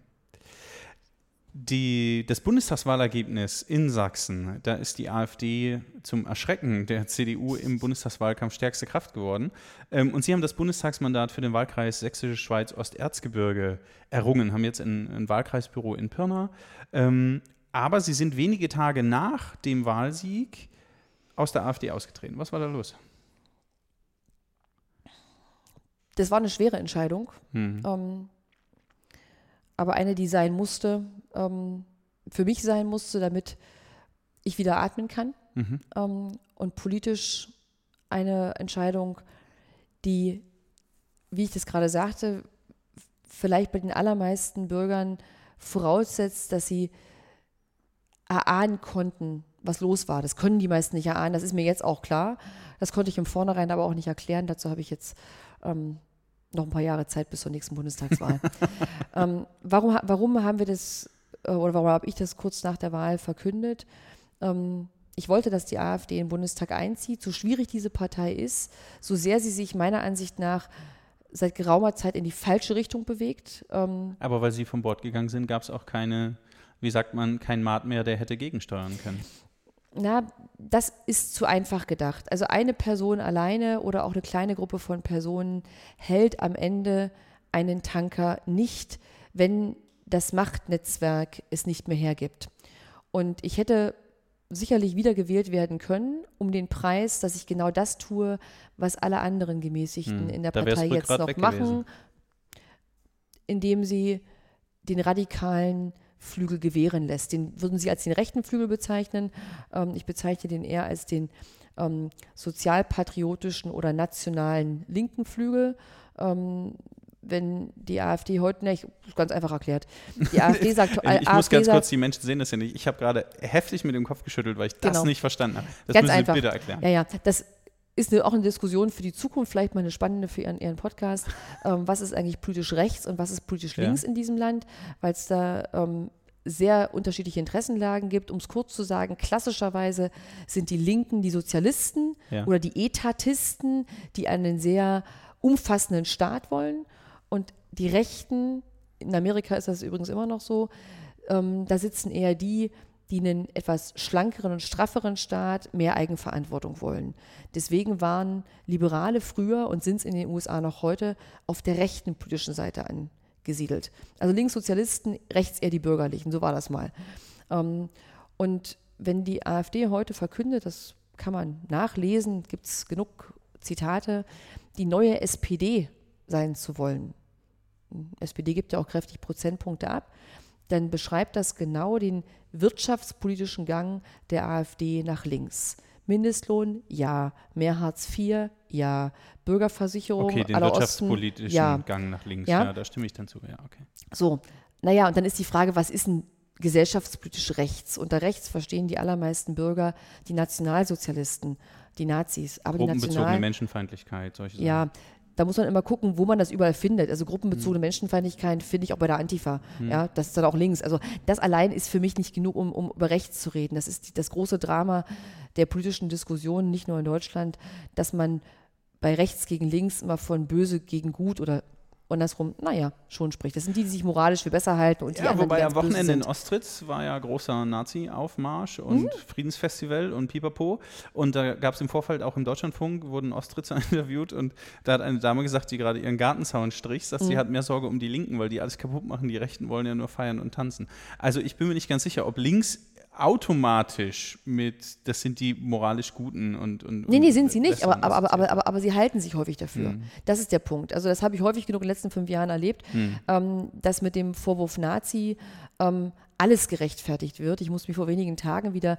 A: Das Bundestagswahlergebnis in Sachsen, da ist die AfD zum Erschrecken der CDU im Bundestagswahlkampf stärkste Kraft geworden. Und sie haben das Bundestagsmandat für den Wahlkreis Sächsische Schweiz-Osterzgebirge errungen, haben jetzt ein Wahlkreisbüro in Pirna. Aber sie sind wenige Tage nach dem Wahlsieg aus der AfD ausgetreten. Was war da los?
B: Das war eine schwere Entscheidung. Aber eine, die sein musste, für mich sein musste, damit ich wieder atmen kann. Und politisch eine Entscheidung, die, wie ich das gerade sagte, vielleicht bei den allermeisten Bürgern voraussetzt, dass sie erahnen konnten, was los war. Das können die meisten nicht erahnen, das ist mir jetzt auch klar. Das konnte ich im Vornherein aber auch nicht erklären. Dazu habe ich jetzt noch ein paar Jahre Zeit bis zur nächsten Bundestagswahl. Warum haben wir das, oder warum habe ich das kurz nach der Wahl verkündet? Ich wollte, dass die AfD in den Bundestag einzieht. So schwierig diese Partei ist, so sehr sie sich meiner Ansicht nach seit geraumer Zeit in die falsche Richtung bewegt.
A: Aber weil Sie vom Bord gegangen sind, gab es auch keinen Maat mehr, der hätte gegensteuern können.
B: Na, das ist zu einfach gedacht. Also eine Person alleine oder auch eine kleine Gruppe von Personen hält am Ende einen Tanker nicht, wenn das Machtnetzwerk es nicht mehr hergibt. Und ich hätte sicherlich wiedergewählt werden können, um den Preis, dass ich genau das tue, was alle anderen Gemäßigten in der Partei jetzt noch machen, indem sie den radikalen Flügel gewähren lässt. Den würden Sie als den rechten Flügel bezeichnen. Ich bezeichne den eher als den sozialpatriotischen oder nationalen linken Flügel. Wenn die AfD heute, ganz einfach erklärt, die AfD sagt...
A: ich muss ganz kurz, die Menschen sehen das ja nicht. Ich habe gerade heftig mit dem Kopf geschüttelt, weil ich das nicht verstanden habe. Das
B: ganz
A: müssen Sie
B: einfach.
A: bitte erklären.
B: Ja, das ist auch eine Diskussion für die Zukunft, vielleicht mal eine spannende für Ihren Podcast. Was ist eigentlich politisch rechts und was ist politisch links in diesem Land? Weil es da sehr unterschiedliche Interessenlagen gibt. Um es kurz zu sagen, klassischerweise sind die Linken die Sozialisten oder die Etatisten, die einen sehr umfassenden Staat wollen. Und die Rechten, in Amerika ist das übrigens immer noch so, da sitzen eher die einen etwas schlankeren und strafferen Staat, mehr Eigenverantwortung wollen. Deswegen waren Liberale früher und sind es in den USA noch heute auf der rechten politischen Seite angesiedelt. Also Linkssozialisten, rechts eher die Bürgerlichen, so war das mal. Und wenn die AfD heute verkündet, das kann man nachlesen, gibt es genug Zitate, die neue SPD sein zu wollen. SPD gibt ja auch kräftig Prozentpunkte ab, dann beschreibt das genau den wirtschaftspolitischen Gang der AfD nach links. Mindestlohn, ja. Mehr Hartz IV, ja. Bürgerversicherung,
A: okay, den wirtschaftspolitischen Gang nach links, ja, da stimme ich dann zu, ja, okay.
B: So, naja, und dann ist die Frage, was ist denn gesellschaftspolitisch rechts? Unter rechts verstehen die allermeisten Bürger die Nationalsozialisten, die Nazis. Aber
A: gruppenbezogene Menschenfeindlichkeit, solche Sachen.
B: Ja, da muss man immer gucken, wo man das überall findet. Also gruppenbezogene Menschenfeindlichkeit finde ich auch bei der Antifa. Ja, das ist dann auch links. Also das allein ist für mich nicht genug, um über rechts zu reden. Das ist das große Drama der politischen Diskussion, nicht nur in Deutschland, dass man bei rechts gegen links immer von böse gegen gut oder andersrum, schon spricht. Das sind die sich moralisch für besser halten. Und die anderen,
A: wobei
B: die
A: am Wochenende
B: sind.
A: In Ostritz war ja großer Nazi-Aufmarsch und Friedensfestival und Pipapo. Und da gab es im Vorfeld auch im Deutschlandfunk, wurden Ostritzer interviewt und da hat eine Dame gesagt, die gerade ihren Gartenzaun strich, sagt, sie hat mehr Sorge um die Linken, weil die alles kaputt machen. Die Rechten wollen ja nur feiern und tanzen. Also ich bin mir nicht ganz sicher, ob links automatisch das sind die moralisch Guten und
B: Nee, sind sie nicht, aber sie halten sich häufig dafür. Das ist der Punkt. Also das habe ich häufig genug in den letzten 5 Jahren erlebt, dass mit dem Vorwurf Nazi alles gerechtfertigt wird. Ich muss mich vor wenigen Tagen wieder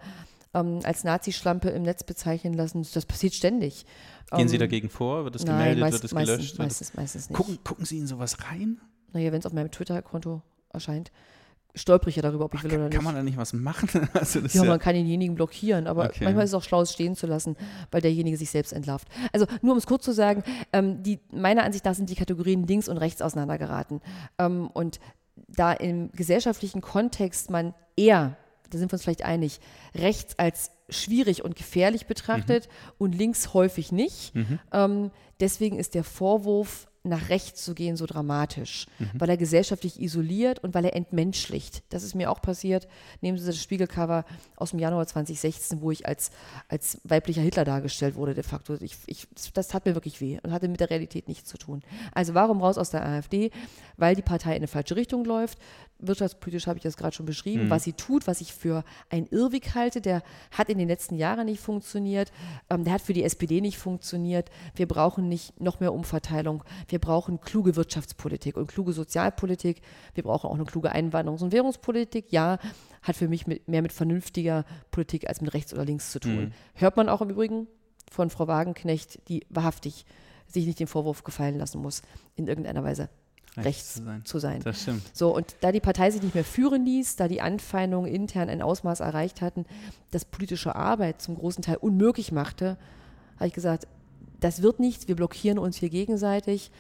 B: als Nazi-Schlampe im Netz bezeichnen lassen. Das passiert ständig.
A: Gehen Sie dagegen vor? Wird es gemeldet? Wird es gelöscht?
B: Meistens nicht.
A: Gucken Sie in sowas rein?
B: Naja, wenn es auf meinem Twitter-Konto erscheint, stolper ich ja darüber, ob ich will oder nicht.
A: Kann man da nicht was machen? Also
B: man kann denjenigen blockieren, aber manchmal ist es auch schlau, es stehen zu lassen, weil derjenige sich selbst entlarvt. Also nur um es kurz zu sagen, meiner Ansicht nach sind die Kategorien links und rechts auseinandergeraten. Und da im gesellschaftlichen Kontext man eher, da sind wir uns vielleicht einig, rechts als schwierig und gefährlich betrachtet und links häufig nicht. Deswegen ist der Vorwurf, nach rechts zu gehen, so dramatisch, weil er gesellschaftlich isoliert und weil er entmenschlicht. Das ist mir auch passiert. Nehmen Sie das Spiegelcover aus dem Januar 2016, wo ich als weiblicher Hitler dargestellt wurde, de facto. Das hat mir wirklich weh und hatte mit der Realität nichts zu tun. Also warum raus aus der AfD? Weil die Partei in eine falsche Richtung läuft. Wirtschaftspolitisch habe ich das gerade schon beschrieben. Was sie tut, was ich für einen Irrweg halte, der hat in den letzten Jahren nicht funktioniert. Der hat für die SPD nicht funktioniert. Wir brauchen nicht noch mehr Umverteilung. Wir brauchen kluge Wirtschaftspolitik und kluge Sozialpolitik. Wir brauchen auch eine kluge Einwanderungs- und Währungspolitik. Ja, hat für mich mehr mit vernünftiger Politik als mit rechts oder links zu tun. Hört man auch im Übrigen von Frau Wagenknecht, die wahrhaftig sich nicht den Vorwurf gefallen lassen muss, in irgendeiner Weise rechts zu sein.
A: Das stimmt.
B: So, und da die Partei sich nicht mehr führen ließ, da die Anfeindungen intern ein Ausmaß erreicht hatten, das politische Arbeit zum großen Teil unmöglich machte, habe ich gesagt, das wird nichts, wir blockieren uns hier gegenseitig.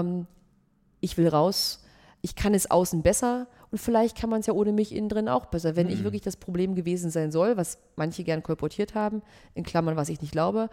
B: Ich will raus, ich kann es außen besser und vielleicht kann man es ja ohne mich innen drin auch besser. Wenn ich wirklich das Problem gewesen sein soll, was manche gern kolportiert haben, in Klammern, was ich nicht glaube,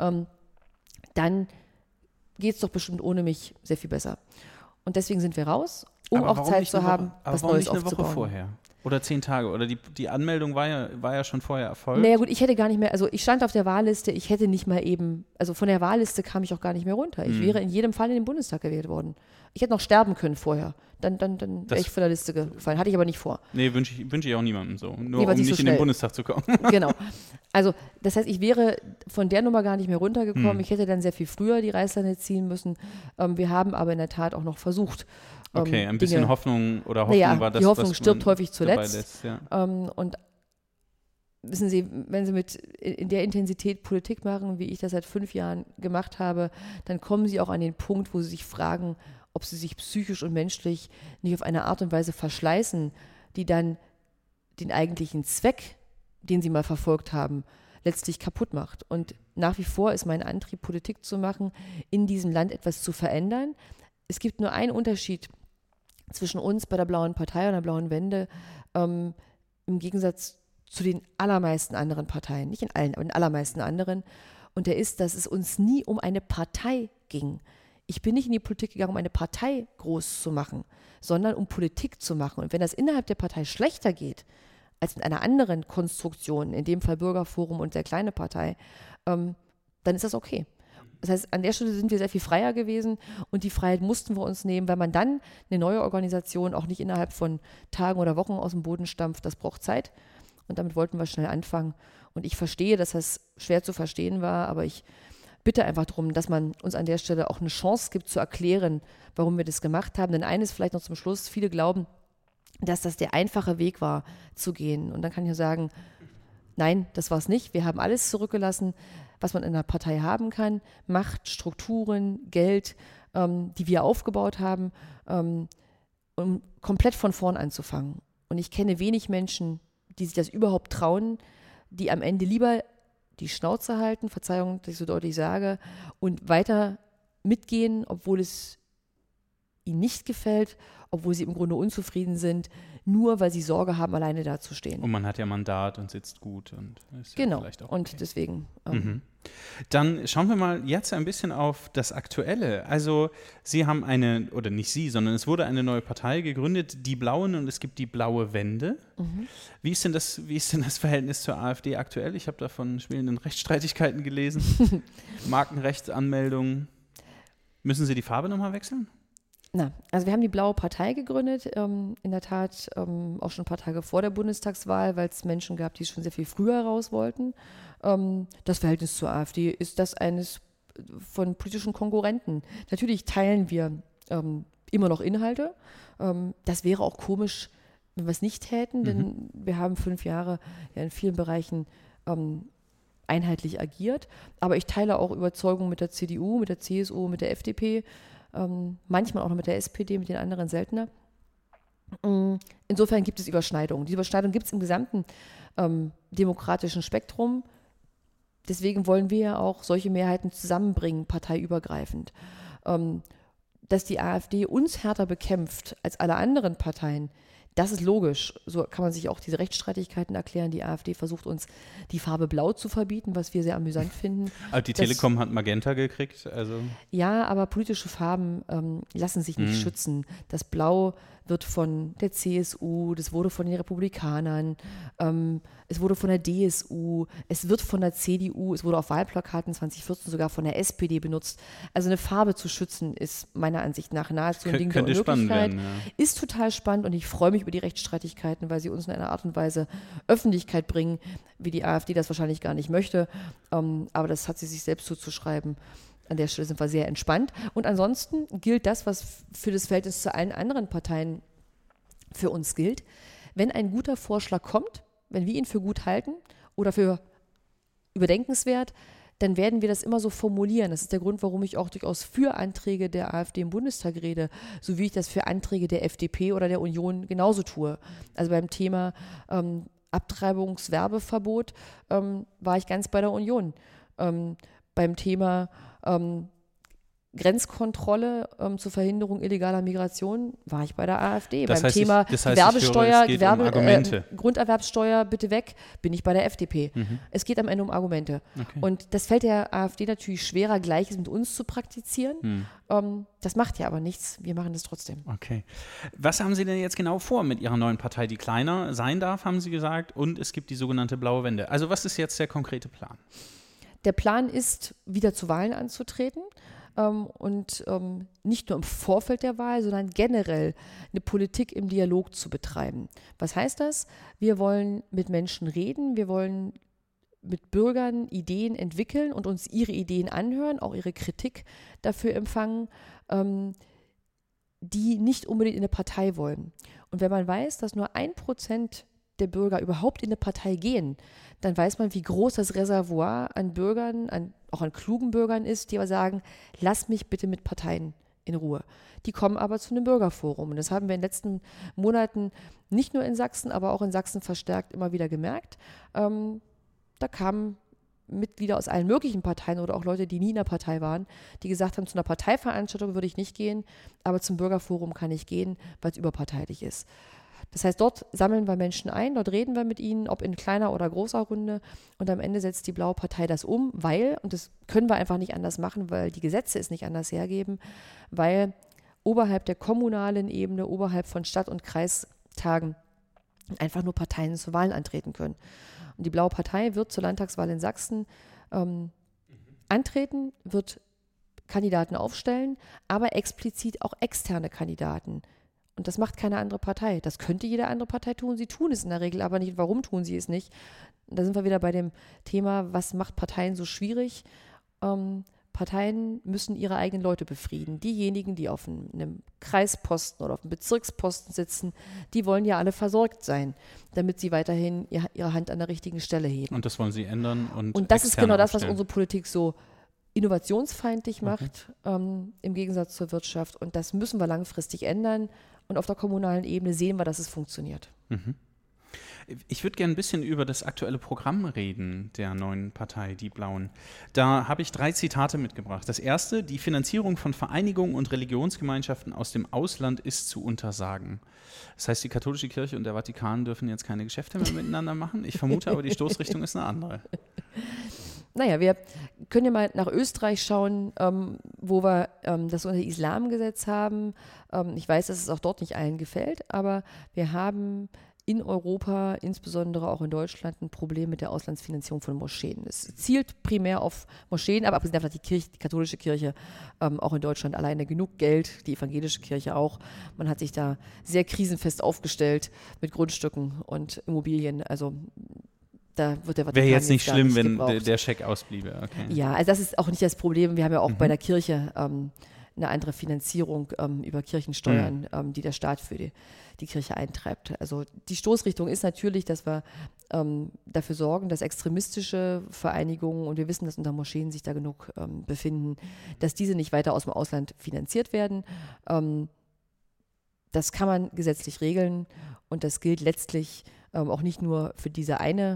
B: dann geht es doch bestimmt ohne mich sehr viel besser. Und deswegen sind wir raus, um auch Zeit zu haben, was Neues aufzubauen.
A: Eine Woche vorher? Oder 10 Tage? Oder die Anmeldung war ja schon vorher erfolgt?
B: Naja gut, ich hätte gar nicht mehr, also ich stand auf der Wahlliste, ich hätte nicht mal eben, also von der Wahlliste kam ich auch gar nicht mehr runter. Ich wäre in jedem Fall in den Bundestag gewählt worden. Ich hätte noch sterben können vorher. Dann wäre ich von der Liste gefallen. Hatte ich aber nicht vor.
A: Nee, wünsche ich auch niemandem so. Nur um nicht in den Bundestag zu kommen.
B: Genau. Also das heißt, ich wäre von der Nummer gar nicht mehr runtergekommen. Ich hätte dann sehr viel früher die Reißleine ziehen müssen. Wir haben aber in der Tat auch noch versucht.
A: Okay, ein bisschen Hoffnung war das,
B: die Hoffnung
A: was
B: stirbt häufig zuletzt.
A: Lässt, ja.
B: Und wissen Sie, wenn Sie in der Intensität Politik machen, wie ich das seit 5 Jahren gemacht habe, dann kommen Sie auch an den Punkt, wo Sie sich fragen, ob Sie sich psychisch und menschlich nicht auf eine Art und Weise verschleißen, die dann den eigentlichen Zweck, den Sie mal verfolgt haben, letztlich kaputt macht. Und nach wie vor ist mein Antrieb, Politik zu machen, in diesem Land etwas zu verändern. Es gibt nur einen Unterschied zwischen uns bei der Blauen Partei und der Blauen Wende im Gegensatz zu den allermeisten anderen Parteien, nicht in allen, aber in den allermeisten anderen. Und der ist, dass es uns nie um eine Partei ging. Ich bin nicht in die Politik gegangen, um eine Partei groß zu machen, sondern um Politik zu machen. Und wenn das innerhalb der Partei schlechter geht, als in einer anderen Konstruktion, in dem Fall Bürgerforum und sehr kleine Partei, dann ist das okay. Das heißt, an der Stelle sind wir sehr viel freier gewesen und die Freiheit mussten wir uns nehmen, weil man dann eine neue Organisation auch nicht innerhalb von Tagen oder Wochen aus dem Boden stampft. Das braucht Zeit und damit wollten wir schnell anfangen. Und ich verstehe, dass das schwer zu verstehen war, aber ich bitte einfach darum, dass man uns an der Stelle auch eine Chance gibt zu erklären, warum wir das gemacht haben. Denn eines vielleicht noch zum Schluss, viele glauben, dass das der einfache Weg war, zu gehen. Und dann kann ich nur sagen, nein, das war es nicht. Wir haben alles zurückgelassen, was man in einer Partei haben kann. Macht, Strukturen, Geld, die wir aufgebaut haben, um komplett von vorn anzufangen. Und ich kenne wenig Menschen, die sich das überhaupt trauen, die am Ende lieber die Schnauze halten, Verzeihung, dass ich so deutlich sage, und weiter mitgehen, obwohl es ihnen nicht gefällt, obwohl sie im Grunde unzufrieden sind, nur weil sie Sorge haben, alleine dazustehen.
A: Und man hat ja Mandat und sitzt gut. Und ist
B: genau,
A: ja vielleicht auch okay.
B: Und deswegen.
A: Dann schauen wir mal jetzt ein bisschen auf das Aktuelle. Also Sie haben oder nicht Sie, sondern es wurde eine neue Partei gegründet, die Blauen, und es gibt die Blaue Wende. Wie ist denn das Verhältnis zur AfD aktuell? Ich habe da von schwelenden Rechtsstreitigkeiten gelesen. Markenrechtsanmeldungen. Müssen Sie die Farbe nochmal wechseln?
B: Also wir haben die Blaue Partei gegründet, in der Tat auch schon ein paar Tage vor der Bundestagswahl, weil es Menschen gab, die schon sehr viel früher raus wollten. Das Verhältnis zur AfD ist das eines von politischen Konkurrenten. Natürlich teilen wir immer noch Inhalte. Das wäre auch komisch, wenn wir es nicht täten, denn wir haben 5 Jahre ja in vielen Bereichen einheitlich agiert. Aber ich teile auch Überzeugungen mit der CDU, mit der CSU, mit der FDP, manchmal auch noch mit der SPD, mit den anderen seltener. Insofern gibt es Überschneidungen. Diese Überschneidung gibt es im gesamten demokratischen Spektrum. Deswegen wollen wir ja auch solche Mehrheiten zusammenbringen, parteiübergreifend. Dass die AfD uns härter bekämpft als alle anderen Parteien, das ist logisch. So kann man sich auch diese Rechtsstreitigkeiten erklären. Die AfD versucht uns die Farbe Blau zu verbieten, was wir sehr amüsant finden.
A: Aber die Telekom hat Magenta gekriegt. Also.
B: Ja, aber politische Farben lassen sich nicht schützen. Das Blau wird von der CSU, das wurde von den Republikanern, es wurde von der DSU, es wird von der CDU, es wurde auf Wahlplakaten 2014 sogar von der SPD benutzt. Also eine Farbe zu schützen ist meiner Ansicht nach nahezu ein Ding der Unmöglichkeit. Ist total spannend und ich freue mich über die Rechtsstreitigkeiten, weil sie uns in einer Art und Weise Öffentlichkeit bringen, wie die AfD das wahrscheinlich gar nicht möchte. Aber das hat sie sich selbst zuzuschreiben. An der Stelle sind wir sehr entspannt. Und ansonsten gilt das, was für das Verhältnis zu allen anderen Parteien für uns gilt. Wenn ein guter Vorschlag kommt, wenn wir ihn für gut halten oder für überdenkenswert, dann werden wir das immer so formulieren. Das ist der Grund, warum ich auch durchaus für Anträge der AfD im Bundestag rede, so wie ich das für Anträge der FDP oder der Union genauso tue. Also beim Thema Abtreibungswerbeverbot war ich ganz bei der Union. Beim Thema Grenzkontrolle zur Verhinderung illegaler Migration war ich bei der AfD. Beim Thema Gewerbesteuer, Grunderwerbssteuer bitte weg, bin ich bei der FDP. Es geht am Ende um Argumente. Okay. Und das fällt der AfD natürlich schwerer, Gleiches mit uns zu praktizieren. Das macht ja aber nichts. Wir machen das trotzdem.
A: Okay. Was haben Sie denn jetzt genau vor mit Ihrer neuen Partei, die kleiner sein darf, haben Sie gesagt, und es gibt die sogenannte Blaue Wende. Also was ist jetzt der konkrete Plan?
B: Der Plan ist, wieder zu Wahlen anzutreten und nicht nur im Vorfeld der Wahl, sondern generell eine Politik im Dialog zu betreiben. Was heißt das? Wir wollen mit Menschen reden, wir wollen mit Bürgern Ideen entwickeln und uns ihre Ideen anhören, auch ihre Kritik dafür empfangen, die nicht unbedingt in eine Partei wollen. Und wenn man weiß, dass nur 1% der Bürger überhaupt in eine Partei gehen, dann weiß man, wie groß das Reservoir an Bürgern, auch an klugen Bürgern ist, die aber sagen, lass mich bitte mit Parteien in Ruhe. Die kommen aber zu einem Bürgerforum. Und das haben wir in den letzten Monaten nicht nur in Sachsen, aber auch in Sachsen verstärkt immer wieder gemerkt. Da kamen Mitglieder aus allen möglichen Parteien oder auch Leute, die nie in der Partei waren, die gesagt haben, zu einer Parteiveranstaltung würde ich nicht gehen, aber zum Bürgerforum kann ich gehen, weil es überparteilich ist. Das heißt, dort sammeln wir Menschen ein, dort reden wir mit ihnen, ob in kleiner oder großer Runde. Und am Ende setzt die Blaue Partei das um, weil, und das können wir einfach nicht anders machen, weil die Gesetze es nicht anders hergeben, weil oberhalb der kommunalen Ebene, oberhalb von Stadt- und Kreistagen einfach nur Parteien zu Wahlen antreten können. Und die Blaue Partei wird zur Landtagswahl in Sachsen antreten, wird Kandidaten aufstellen, aber explizit auch externe Kandidaten. Und das macht keine andere Partei. Das könnte jede andere Partei tun. Sie tun es in der Regel aber nicht. Warum tun sie es nicht? Da sind wir wieder bei dem Thema, was macht Parteien so schwierig? Parteien müssen ihre eigenen Leute befrieden. Diejenigen, die auf einem Kreisposten oder auf einem Bezirksposten sitzen, die wollen ja alle versorgt sein, damit sie weiterhin ihre Hand an der richtigen Stelle heben.
A: Und das wollen Sie ändern. Und
B: das ist genau das, was
A: aufstellen.
B: unsere Politik so innovationsfeindlich macht, im Gegensatz zur Wirtschaft. Und das müssen wir langfristig ändern. Und auf der kommunalen Ebene sehen wir, dass es funktioniert.
A: Mhm. Ich würde gerne ein bisschen über das aktuelle Programm reden der neuen Partei, die Blauen. Da habe ich 3 Zitate mitgebracht. Das erste: Die Finanzierung von Vereinigungen und Religionsgemeinschaften aus dem Ausland ist zu untersagen. Das heißt, die katholische Kirche und der Vatikan dürfen jetzt keine Geschäfte mehr miteinander machen. Ich vermute aber, die Stoßrichtung ist eine andere.
B: Naja, wir können ja mal nach Österreich schauen, wo wir das unter Islamgesetz haben. Ich weiß, dass es auch dort nicht allen gefällt, aber wir haben in Europa, insbesondere auch in Deutschland, ein Problem mit der Auslandsfinanzierung von Moscheen. Es zielt primär auf Moscheen, aber abgesehen davon hat die katholische Kirche auch in Deutschland alleine genug Geld, die evangelische Kirche auch. Man hat sich da sehr krisenfest aufgestellt mit Grundstücken und Immobilien. Also da wird der Vatikan
A: wäre jetzt nicht schlimm, wenn
B: gebraucht.
A: der Scheck ausbliebe. Okay.
B: Ja, also das ist auch nicht das Problem. Wir haben ja auch bei der Kirche eine andere Finanzierung über Kirchensteuern, die der Staat für die Kirche eintreibt. Also die Stoßrichtung ist natürlich, dass wir dafür sorgen, dass extremistische Vereinigungen, und wir wissen, dass unter Moscheen sich da genug befinden, dass diese nicht weiter aus dem Ausland finanziert werden. Das kann man gesetzlich regeln und das gilt letztlich auch nicht nur für diese eine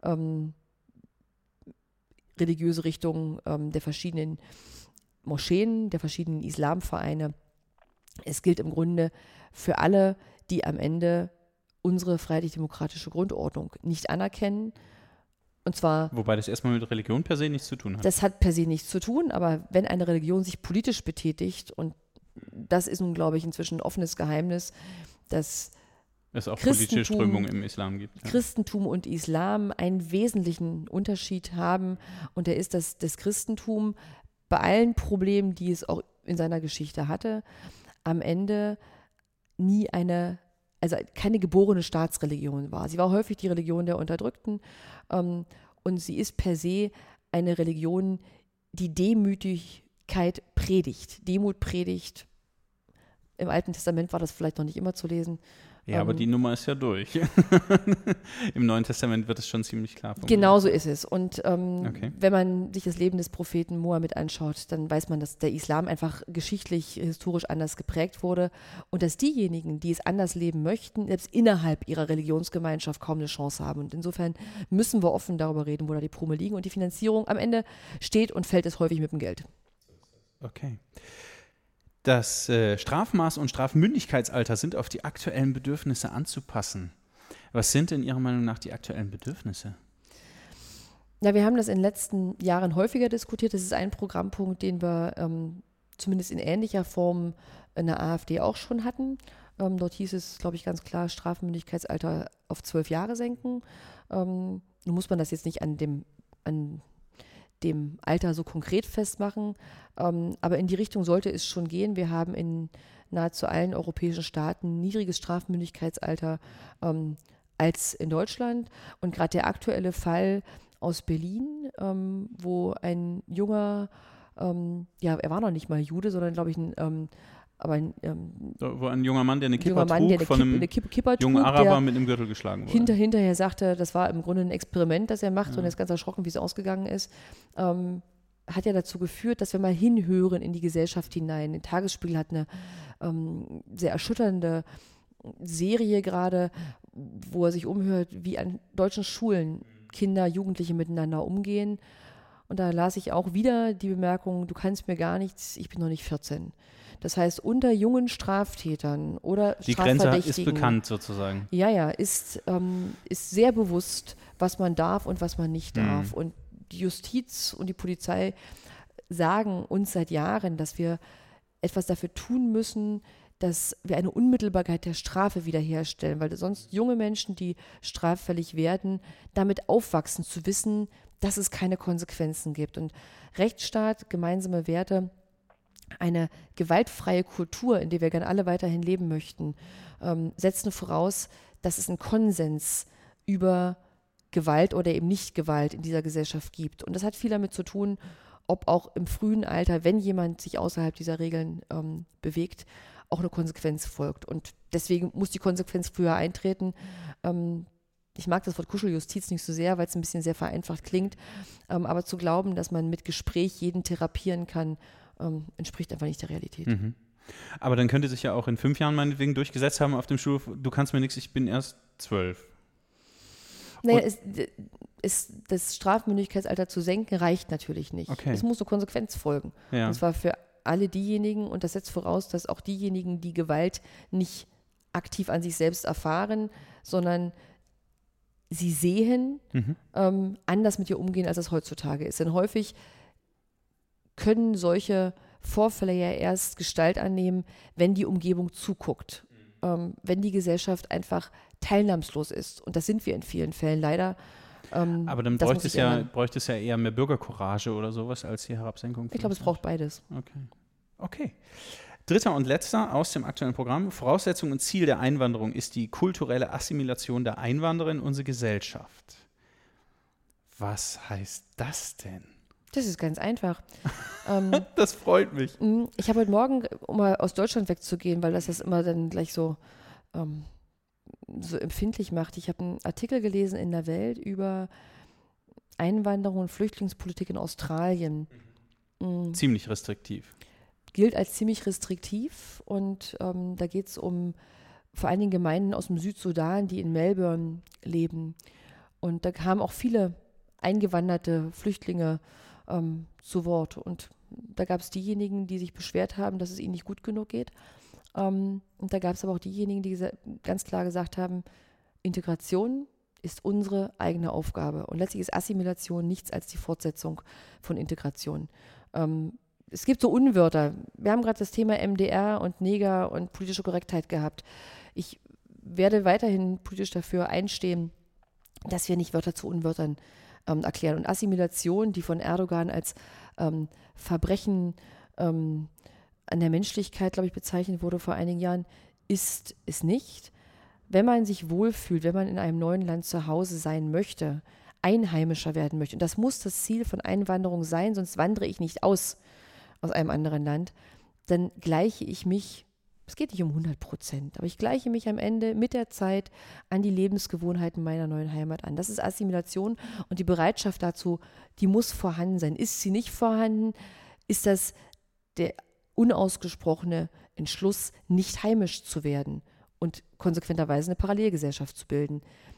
B: religiöse Richtung der verschiedenen Moscheen, der verschiedenen Islamvereine. Es gilt im Grunde für alle, die am Ende unsere freiheitlich-demokratische Grundordnung nicht anerkennen. Und zwar,
A: wobei das erstmal mit Religion per se nichts zu tun hat.
B: Das hat per se nichts zu tun, aber wenn eine Religion sich politisch betätigt, und das ist nun, glaube ich, inzwischen ein offenes Geheimnis, dass
A: es auch politische Strömungen im Islam gibt. Ja.
B: Christentum und Islam einen wesentlichen Unterschied haben, und der ist, dass das Christentum bei allen Problemen, die es auch in seiner Geschichte hatte, am Ende keine geborene Staatsreligion war. Sie war häufig die Religion der Unterdrückten, und sie ist per se eine Religion, die Demütigkeit predigt, Demut predigt. Im Alten Testament war das vielleicht noch nicht immer zu lesen.
A: Ja, aber die Nummer ist ja durch. Im Neuen Testament wird es schon ziemlich klar formuliert.
B: Genau so ist es. Und wenn man sich das Leben des Propheten Mohammed anschaut, dann weiß man, dass der Islam einfach geschichtlich, historisch anders geprägt wurde und dass diejenigen, die es anders leben möchten, selbst innerhalb ihrer Religionsgemeinschaft kaum eine Chance haben. Und insofern müssen wir offen darüber reden, wo da die Probleme liegen. Und die Finanzierung am Ende steht und fällt es häufig mit dem Geld.
A: Okay. Das Strafmaß und Strafmündigkeitsalter sind auf die aktuellen Bedürfnisse anzupassen. Was sind in Ihrer Meinung nach die aktuellen Bedürfnisse?
B: Ja, wir haben das in den letzten Jahren häufiger diskutiert. Das ist ein Programmpunkt, den wir zumindest in ähnlicher Form in der AfD auch schon hatten. Dort hieß es, glaube ich, ganz klar, Strafmündigkeitsalter auf 12 Jahre senken. Nun muss man das jetzt nicht an dem Alter so konkret festmachen, aber in die Richtung sollte es schon gehen. Wir haben in nahezu allen europäischen Staaten ein niedriges Strafmündigkeitsalter als in Deutschland. Und gerade der aktuelle Fall aus Berlin, wo ein junger, er war noch nicht mal Jude, sondern glaube ich
A: wo ein junger Mann, der eine Kippa trug, von einem jungen Araber mit einem Gürtel geschlagen wurde.
B: Hinterher sagte, das war im Grunde ein Experiment, das er macht, und er ist ganz erschrocken, wie es ausgegangen ist. Hat ja dazu geführt, dass wir mal hinhören in die Gesellschaft hinein. Der Tagesspiegel hat eine sehr erschütternde Serie gerade, wo er sich umhört, wie an deutschen Schulen Kinder, Jugendliche miteinander umgehen. Und da las ich auch wieder die Bemerkung, du kannst mir gar nichts, ich bin noch nicht 14. Das heißt, unter jungen Straftätern oder
A: Die Grenze
B: Strafverdächtigen.
A: ist bekannt sozusagen.
B: Ja, ist sehr bewusst, was man darf und was man nicht darf. Und die Justiz und die Polizei sagen uns seit Jahren, dass wir etwas dafür tun müssen, dass wir eine Unmittelbarkeit der Strafe wiederherstellen, weil sonst junge Menschen, die straffällig werden, damit aufwachsen, zu wissen, dass es keine Konsequenzen gibt. Und Rechtsstaat, gemeinsame Werte, eine gewaltfreie Kultur, in der wir gerne alle weiterhin leben möchten, setzen voraus, dass es einen Konsens über Gewalt oder eben Nicht-Gewalt in dieser Gesellschaft gibt. Und das hat viel damit zu tun, ob auch im frühen Alter, wenn jemand sich außerhalb dieser Regeln bewegt, auch eine Konsequenz folgt. Und deswegen muss die Konsequenz früher eintreten. Ich mag das Wort Kuscheljustiz nicht so sehr, weil es ein bisschen sehr vereinfacht klingt. Aber zu glauben, dass man mit Gespräch jeden therapieren kann, entspricht einfach nicht der Realität.
A: Mhm. Aber dann könnte sich ja auch in 5 Jahren meinetwegen durchgesetzt haben auf dem Schulhof, du kannst mir nichts, ich bin erst 12.
B: Naja, das Strafmündigkeitsalter zu senken, reicht natürlich nicht.
A: Okay.
B: Es muss eine Konsequenz folgen.
A: Ja.
B: Und zwar für alle diejenigen, und das setzt voraus, dass auch diejenigen, die Gewalt nicht aktiv an sich selbst erfahren, sondern sie sehen, anders mit ihr umgehen, als es heutzutage ist. Denn häufig können solche Vorfälle ja erst Gestalt annehmen, wenn die Umgebung zuguckt, wenn die Gesellschaft einfach teilnahmslos ist. Und das sind wir in vielen Fällen leider.
A: Aber dann bräuchte es ja eher mehr Bürgercourage oder sowas als die Herabsenkung.
B: Ich glaube, es braucht beides.
A: Okay. Dritter und letzter aus dem aktuellen Programm. Voraussetzung und Ziel der Einwanderung ist die kulturelle Assimilation der Einwanderer in unsere Gesellschaft. Was heißt das denn?
B: Das ist ganz einfach.
A: Das freut mich.
B: Ich habe heute Morgen, um mal aus Deutschland wegzugehen, weil das immer dann gleich so empfindlich macht. Ich habe einen Artikel gelesen in der Welt über Einwanderung und Flüchtlingspolitik in Australien.
A: Ziemlich restriktiv.
B: Gilt als ziemlich restriktiv und da geht es um vor allen Dingen Gemeinden aus dem Südsudan, die in Melbourne leben. Und da kamen auch viele eingewanderte Flüchtlinge zu Wort. Und da gab es diejenigen, die sich beschwert haben, dass es ihnen nicht gut genug geht. Und da gab es aber auch diejenigen, die ganz klar gesagt haben, Integration ist unsere eigene Aufgabe. Und letztlich ist Assimilation nichts als die Fortsetzung von Integration. Es gibt so Unwörter. Wir haben gerade das Thema MDR und Neger und politische Korrektheit gehabt. Ich werde weiterhin politisch dafür einstehen, dass wir nicht Wörter zu Unwörtern erklären. Und Assimilation, die von Erdogan als Verbrechen an der Menschlichkeit, glaube ich, bezeichnet wurde vor einigen Jahren, ist es nicht. Wenn man sich wohlfühlt, wenn man in einem neuen Land zu Hause sein möchte, einheimischer werden möchte, und das muss das Ziel von Einwanderung sein, sonst wandere ich nicht aus einem anderen Land, dann gleiche ich mich, es geht nicht um 100%, aber ich gleiche mich am Ende mit der Zeit an die Lebensgewohnheiten meiner neuen Heimat an. Das ist Assimilation und die Bereitschaft dazu, die muss vorhanden sein. Ist sie nicht vorhanden, ist das der unausgesprochene Entschluss, nicht heimisch zu werden und konsequenterweise eine Parallelgesellschaft zu bilden.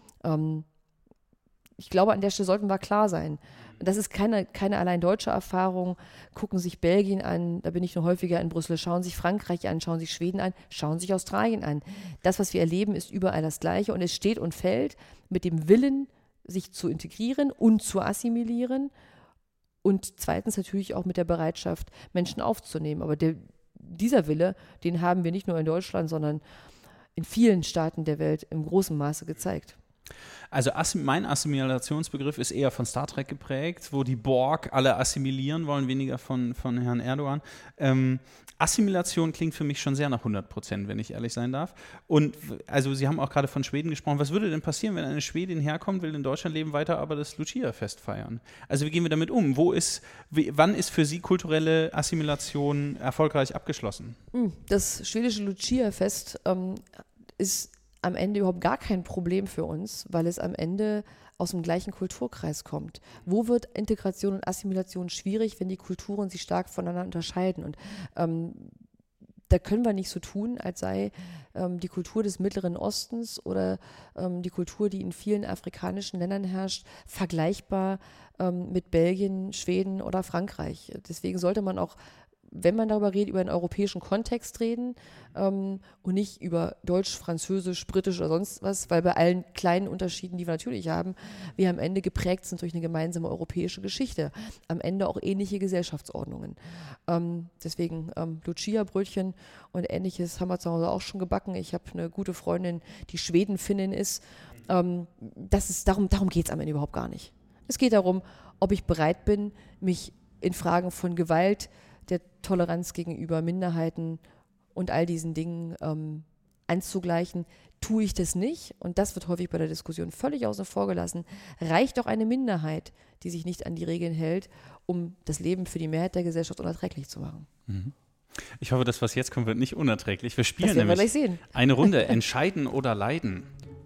B: Ich glaube, an der Stelle sollten wir klar sein. Das ist keine allein deutsche Erfahrung. Gucken sich Belgien an, da bin ich nur häufiger in Brüssel, schauen sich Frankreich an, schauen sich Schweden an, schauen sich Australien an. Das, was wir erleben, ist überall das Gleiche und es steht und fällt mit dem Willen, sich zu integrieren und zu assimilieren und zweitens natürlich auch mit der Bereitschaft, Menschen aufzunehmen. Aber dieser Wille, den haben wir nicht nur in Deutschland, sondern in vielen Staaten der Welt im großen Maße gezeigt.
A: Also mein Assimilationsbegriff ist eher von Star Trek geprägt, wo die Borg alle assimilieren wollen, weniger von Herrn Erdogan. Assimilation klingt für mich schon sehr nach 100%, wenn ich ehrlich sein darf. Und also Sie haben auch gerade von Schweden gesprochen. Was würde denn passieren, wenn eine Schwedin herkommt, will in Deutschland leben, weiter aber das Lucia-Fest feiern? Also wie gehen wir damit um? Wann ist für Sie kulturelle Assimilation erfolgreich abgeschlossen?
B: Das schwedische Lucia-Fest ist am Ende überhaupt gar kein Problem für uns, weil es am Ende aus dem gleichen Kulturkreis kommt. Wo wird Integration und Assimilation schwierig, wenn die Kulturen sich stark voneinander unterscheiden? Und da da können wir nicht so tun, als sei die Kultur des Mittleren Ostens oder die Kultur, die in vielen afrikanischen Ländern herrscht, vergleichbar mit Belgien, Schweden oder Frankreich. Deswegen sollte man auch, wenn man darüber redet, über einen europäischen Kontext reden und nicht über Deutsch, Französisch, Britisch oder sonst was, weil bei allen kleinen Unterschieden, die wir natürlich haben, wir am Ende geprägt sind durch eine gemeinsame europäische Geschichte. Am Ende auch ähnliche Gesellschaftsordnungen. Deswegen Lucia-Brötchen und Ähnliches haben wir zu Hause auch schon gebacken. Ich habe eine gute Freundin, die Schwedenfinnin ist. Darum geht es am Ende überhaupt gar nicht. Es geht darum, ob ich bereit bin, mich in Fragen von Gewalt, der Toleranz gegenüber Minderheiten und all diesen Dingen anzugleichen. Tue ich das nicht, und das wird häufig bei der Diskussion völlig außen vor gelassen, reicht auch eine Minderheit, die sich nicht an die Regeln hält, um das Leben für die Mehrheit der Gesellschaft unerträglich zu machen.
A: Ich hoffe, das, was jetzt kommt, wird nicht unerträglich. Wir spielen
B: das werden
A: nämlich
B: wir gleich sehen.
A: Eine Runde Entscheiden oder Leiden.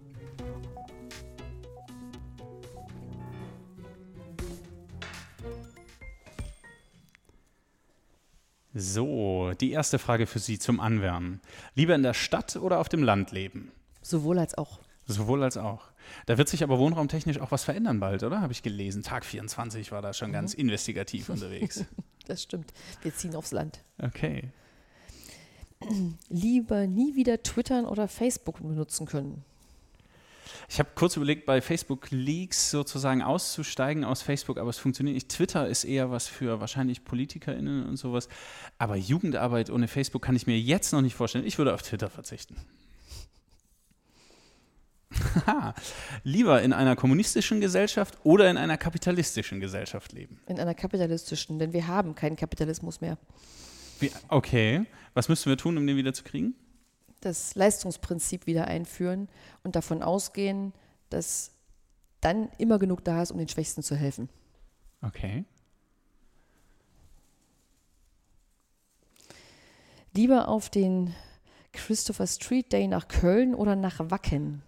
A: So, die erste Frage für Sie zum Anwärmen. Lieber in der Stadt oder auf dem Land leben?
B: Sowohl als auch.
A: Sowohl als auch. Da wird sich aber wohnraumtechnisch auch was verändern bald, oder? Habe ich gelesen. Tag 24 war da schon ganz investigativ unterwegs.
B: Das stimmt. Wir ziehen aufs Land.
A: Okay.
B: Lieber nie wieder twittern oder Facebook benutzen können.
A: Ich habe kurz überlegt, bei Facebook-Leaks sozusagen auszusteigen aus Facebook, aber es funktioniert nicht. Twitter ist eher was für wahrscheinlich PolitikerInnen und sowas. Aber Jugendarbeit ohne Facebook kann ich mir jetzt noch nicht vorstellen. Ich würde auf Twitter verzichten. Lieber in einer kommunistischen Gesellschaft oder in einer kapitalistischen Gesellschaft leben?
B: In einer kapitalistischen, denn wir haben keinen Kapitalismus mehr.
A: Okay. Was müssten wir tun, um den wieder zu kriegen?
B: Das Leistungsprinzip wieder einführen und davon ausgehen, dass dann immer genug da ist, um den Schwächsten zu helfen.
A: Okay.
B: Lieber auf den Christopher Street Day nach Köln oder nach Wacken?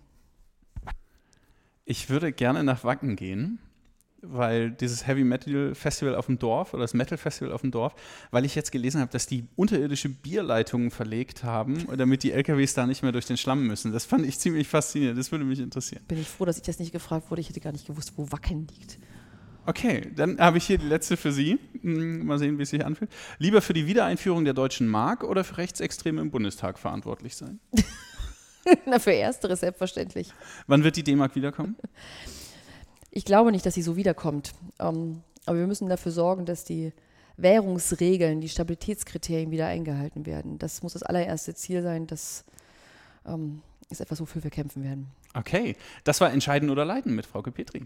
A: Ich würde gerne nach Wacken gehen, weil dieses Heavy Metal Festival auf dem Dorf oder das Metal Festival auf dem Dorf, weil ich jetzt gelesen habe, dass die unterirdische Bierleitungen verlegt haben, damit die LKWs da nicht mehr durch den Schlamm müssen. Das fand ich ziemlich faszinierend, das würde mich interessieren.
B: Bin ich froh, dass ich das nicht gefragt wurde. Ich hätte gar nicht gewusst, wo Wacken liegt.
A: Okay, dann habe ich hier die letzte für Sie. Mal sehen, wie es sich anfühlt. Lieber für die Wiedereinführung der deutschen Mark oder für Rechtsextreme im Bundestag verantwortlich sein?
B: Na, für Ersteres selbstverständlich.
A: Wann wird die D-Mark wiederkommen?
B: Ich glaube nicht, dass sie so wiederkommt. Aber wir müssen dafür sorgen, dass die Währungsregeln, die Stabilitätskriterien wieder eingehalten werden. Das muss das allererste Ziel sein. Das ist etwas, wofür wir kämpfen werden.
A: Okay, das war Entscheiden oder Leiden mit Frauke Petri.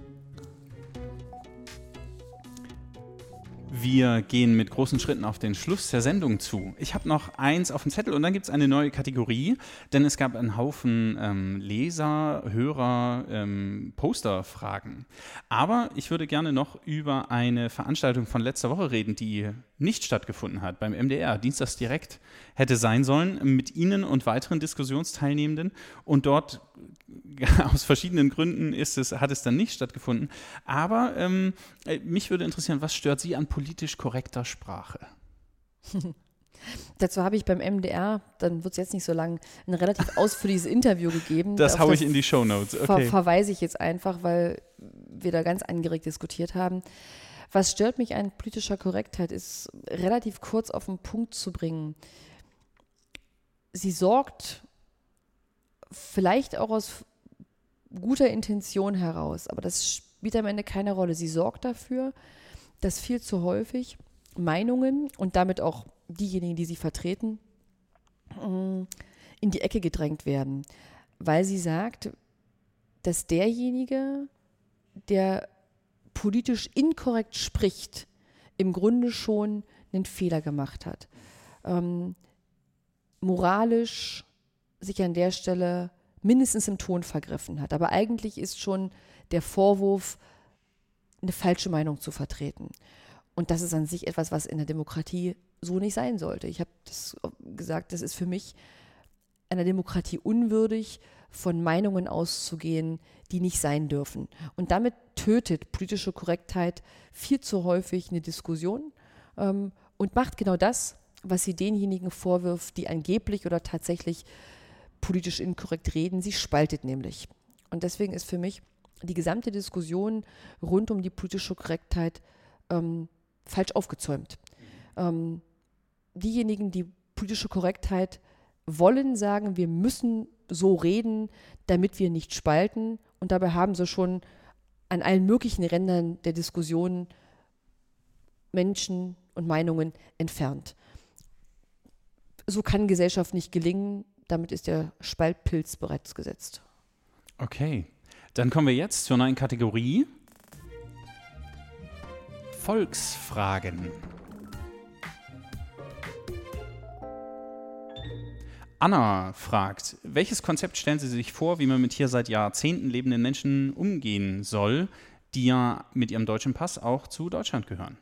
A: Wir gehen mit großen Schritten auf den Schluss der Sendung zu. Ich habe noch eins auf dem Zettel und dann gibt es eine neue Kategorie, denn es gab einen Haufen Leser, Hörer, Posterfragen. Aber ich würde gerne noch über eine Veranstaltung von letzter Woche reden, die nicht stattgefunden hat beim MDR. Dienstags direkt hätte sein sollen mit Ihnen und weiteren Diskussionsteilnehmenden. Und dort aus verschiedenen Gründen hat es dann nicht stattgefunden. Aber mich würde interessieren, was stört Sie an politisch korrekter Sprache?
B: Dazu habe ich beim MDR, dann wird es jetzt nicht so lang, ein relativ ausführliches Interview gegeben.
A: Das haue ich in die Shownotes. Okay.
B: Verweise ich jetzt einfach, weil wir da ganz angeregt diskutiert haben. Was stört mich an politischer Korrektheit, ist relativ kurz auf den Punkt zu bringen. Sie sorgt vielleicht auch aus guter Intention heraus, aber das spielt am Ende keine Rolle. Sie sorgt dafür, dass viel zu häufig Meinungen und damit auch diejenigen, die sie vertreten, in die Ecke gedrängt werden, weil sie sagt, dass derjenige, der politisch inkorrekt spricht, im Grunde schon einen Fehler gemacht hat. Moralisch sich an der Stelle mindestens im Ton vergriffen hat. Aber eigentlich ist schon der Vorwurf, eine falsche Meinung zu vertreten. Und das ist an sich etwas, was in der Demokratie so nicht sein sollte. Ich habe das gesagt, das ist für mich einer Demokratie unwürdig, von Meinungen auszugehen, die nicht sein dürfen. Und damit tötet politische Korrektheit viel zu häufig eine Diskussion und macht genau das, was sie denjenigen vorwirft, die angeblich oder tatsächlich politisch inkorrekt reden. Sie spaltet nämlich. Und deswegen ist für mich die gesamte Diskussion rund um die politische Korrektheit falsch aufgezäumt. Diejenigen, die politische Korrektheit wollen, sagen, wir müssen so reden, damit wir nicht spalten. Und dabei haben sie schon an allen möglichen Rändern der Diskussion Menschen und Meinungen entfernt. So kann Gesellschaft nicht gelingen. Damit ist der Spaltpilz bereits gesetzt.
A: Okay, dann kommen wir jetzt zur neuen Kategorie. Volksfragen. Anna fragt, welches Konzept stellen Sie sich vor, wie man mit hier seit Jahrzehnten lebenden Menschen umgehen soll, die ja mit ihrem deutschen Pass auch zu Deutschland gehören?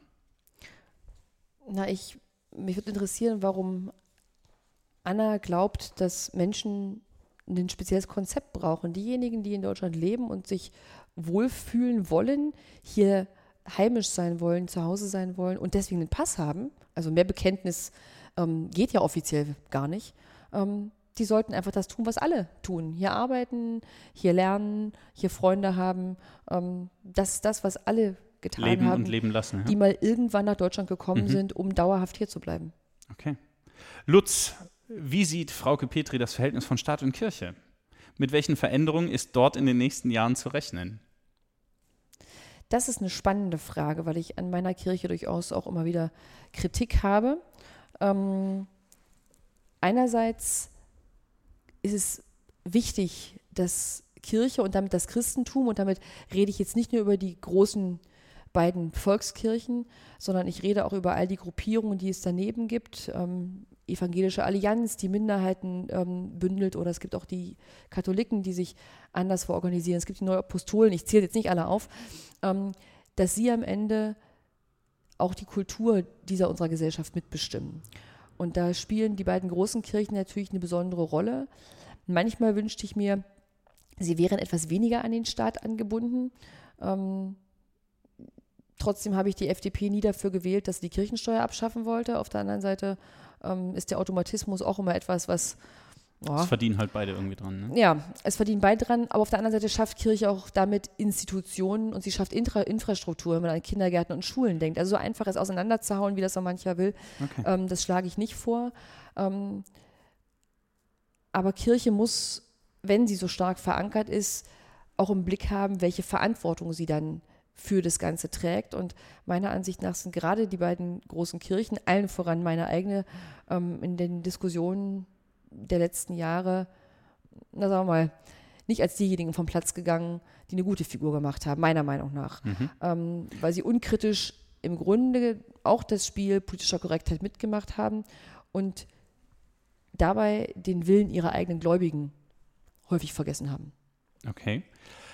B: Mich würde interessieren, warum Anna glaubt, dass Menschen ein spezielles Konzept brauchen. Diejenigen, die in Deutschland leben und sich wohlfühlen wollen, hier heimisch sein wollen, zu Hause sein wollen und deswegen einen Pass haben, also mehr Bekenntnis geht ja offiziell gar nicht, die sollten einfach das tun, was alle tun. Hier arbeiten, hier lernen, hier Freunde haben. Das ist das, was alle getan
A: leben
B: haben,
A: und leben lassen, ja.
B: Die mal irgendwann nach Deutschland gekommen sind, um dauerhaft hier zu bleiben.
A: Okay. Lutz, wie sieht Frauke Petry das Verhältnis von Staat und Kirche? Mit welchen Veränderungen ist dort in den nächsten Jahren zu rechnen?
B: Das ist eine spannende Frage, weil ich an meiner Kirche durchaus auch immer wieder Kritik habe. Einerseits ist es wichtig, dass Kirche und damit das Christentum, und damit rede ich jetzt nicht nur über die großen beiden Volkskirchen, sondern ich rede auch über all die Gruppierungen, die es daneben gibt. Evangelische Allianz, die Minderheiten bündelt, oder es gibt auch die Katholiken, die sich anderswo organisieren. Es gibt die Neuapostolen, ich zähle jetzt nicht alle auf, dass sie am Ende auch die Kultur unserer Gesellschaft mitbestimmen. Und da spielen die beiden großen Kirchen natürlich eine besondere Rolle. Manchmal wünschte ich mir, sie wären etwas weniger an den Staat angebunden. Trotzdem habe ich die FDP nie dafür gewählt, dass sie die Kirchensteuer abschaffen wollte. Auf der anderen Seite ist der Automatismus auch immer etwas, was...
A: Es verdienen halt beide irgendwie dran, ne?
B: Ja, es verdienen beide dran, aber auf der anderen Seite schafft Kirche auch damit Institutionen und sie schafft Infrastruktur, wenn man an Kindergärten und Schulen denkt. Also so einfach es auseinanderzuhauen, wie das so mancher will,
A: Okay.
B: das schlage ich nicht vor. Aber Kirche muss, wenn sie so stark verankert ist, auch im Blick haben, welche Verantwortung sie dann für das Ganze trägt. Und meiner Ansicht nach sind gerade die beiden großen Kirchen, allen voran meine eigene, in den Diskussionen der letzten Jahre, na sagen wir mal, nicht als diejenigen vom Platz gegangen, die eine gute Figur gemacht haben, meiner Meinung nach. Weil sie unkritisch im Grunde auch das Spiel politischer Korrektheit mitgemacht haben und dabei den Willen ihrer eigenen Gläubigen häufig vergessen haben.
A: Okay.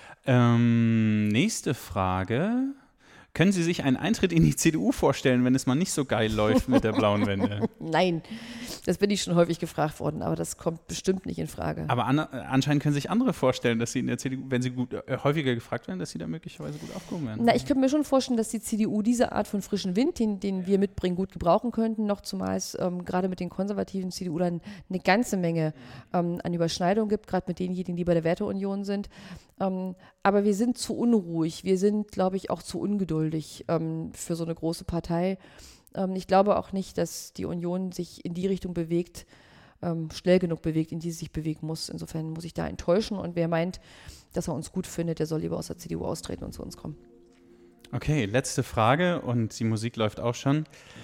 A: Nächste Frage. Können Sie sich einen Eintritt in die CDU vorstellen, wenn es mal nicht so geil läuft mit der blauen Wende?
B: Nein, das bin ich schon häufig gefragt worden, aber das kommt bestimmt nicht in Frage.
A: Aber anscheinend können sich andere vorstellen, dass sie in der CDU, wenn sie häufiger gefragt werden, dass sie da möglicherweise gut aufgehoben werden.
B: Na, ich könnte mir schon vorstellen, dass die CDU diese Art von frischen Wind, den wir mitbringen, gut gebrauchen könnten. Noch zumal es gerade mit den konservativen CDU dann eine ganze Menge an Überschneidung gibt, gerade mit denjenigen, die bei der Werteunion sind. Aber wir sind zu unruhig. Wir sind, glaube ich, auch zu ungeduldig für so eine große Partei. Ich glaube auch nicht, dass die Union sich in die Richtung bewegt, schnell genug bewegt, in die sie sich bewegen muss. Insofern muss ich da enttäuschen. Und wer meint, dass er uns gut findet, der soll lieber aus der CDU austreten und zu uns kommen.
A: Okay, letzte Frage und die Musik läuft auch schon.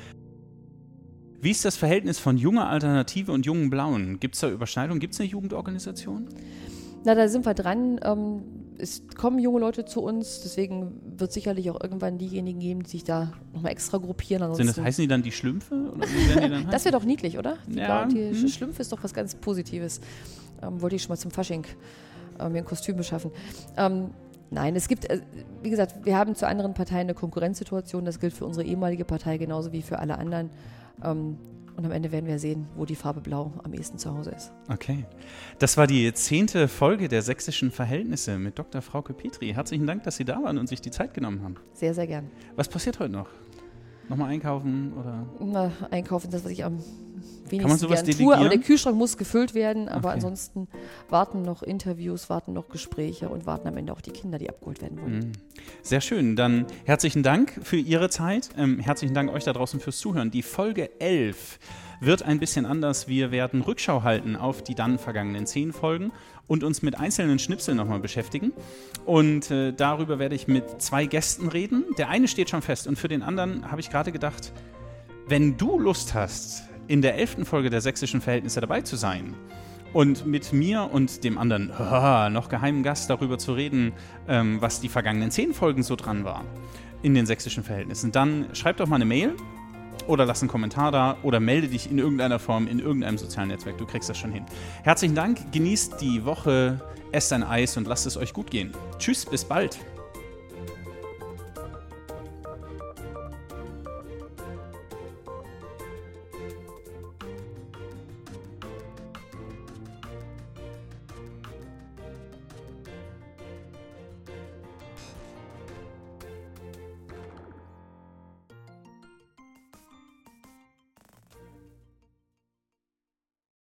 A: Wie ist das Verhältnis von junger Alternative und jungen Blauen? Gibt es da Überschneidungen? Gibt es eine Jugendorganisation?
B: Na, da sind wir dran. Es kommen junge Leute zu uns, deswegen wird es sicherlich auch irgendwann diejenigen geben, die sich da nochmal extra gruppieren.
A: Heißen die dann die Schlümpfe? Oder wie werden die dann
B: das wäre doch niedlich, oder? Die
A: Ja.
B: Schlümpfe ist doch was ganz Positives. Wollte ich schon mal zum Fasching mir ein Kostüm beschaffen. Nein, es gibt, wie gesagt, wir haben zu anderen Parteien eine Konkurrenzsituation. Das gilt für unsere ehemalige Partei genauso wie für alle anderen. Und am Ende werden wir sehen, wo die Farbe Blau am ehesten zu Hause ist.
A: Okay. Das war die 10. Folge der Sächsischen Verhältnisse mit Dr. Frauke Petry. Herzlichen Dank, dass Sie da waren und sich die Zeit genommen haben.
B: Sehr, sehr gern.
A: Was passiert heute noch? Nochmal einkaufen oder?
B: Na, einkaufen, das, was ich am
A: Kann man
B: wenigsten
A: sowas
B: gern tue.
A: delegieren?
B: Aber der Kühlschrank muss gefüllt werden. Aber
A: Okay.
B: ansonsten warten noch Interviews, warten noch Gespräche und warten am Ende auch die Kinder, die abgeholt werden wollen.
A: Sehr schön. Dann herzlichen Dank für Ihre Zeit. Herzlichen Dank euch da draußen fürs Zuhören. Die Folge 11 wird ein bisschen anders. Wir werden Rückschau halten auf die dann vergangenen 10 Folgen und uns mit einzelnen Schnipseln nochmal beschäftigen. Und darüber werde ich mit 2 Gästen reden. Der eine steht schon fest und für den anderen habe ich gerade gedacht, wenn du Lust hast, in der 11. Folge der Sächsischen Verhältnisse dabei zu sein und mit mir und dem anderen noch geheimen Gast darüber zu reden, was die vergangenen 10 Folgen so dran war in den Sächsischen Verhältnissen, dann schreib doch mal eine Mail oder lass einen Kommentar da oder melde dich in irgendeiner Form in irgendeinem sozialen Netzwerk. Du kriegst das schon hin. Herzlichen Dank, genießt die Woche, esst ein Eis und lasst es euch gut gehen. Tschüss, bis bald.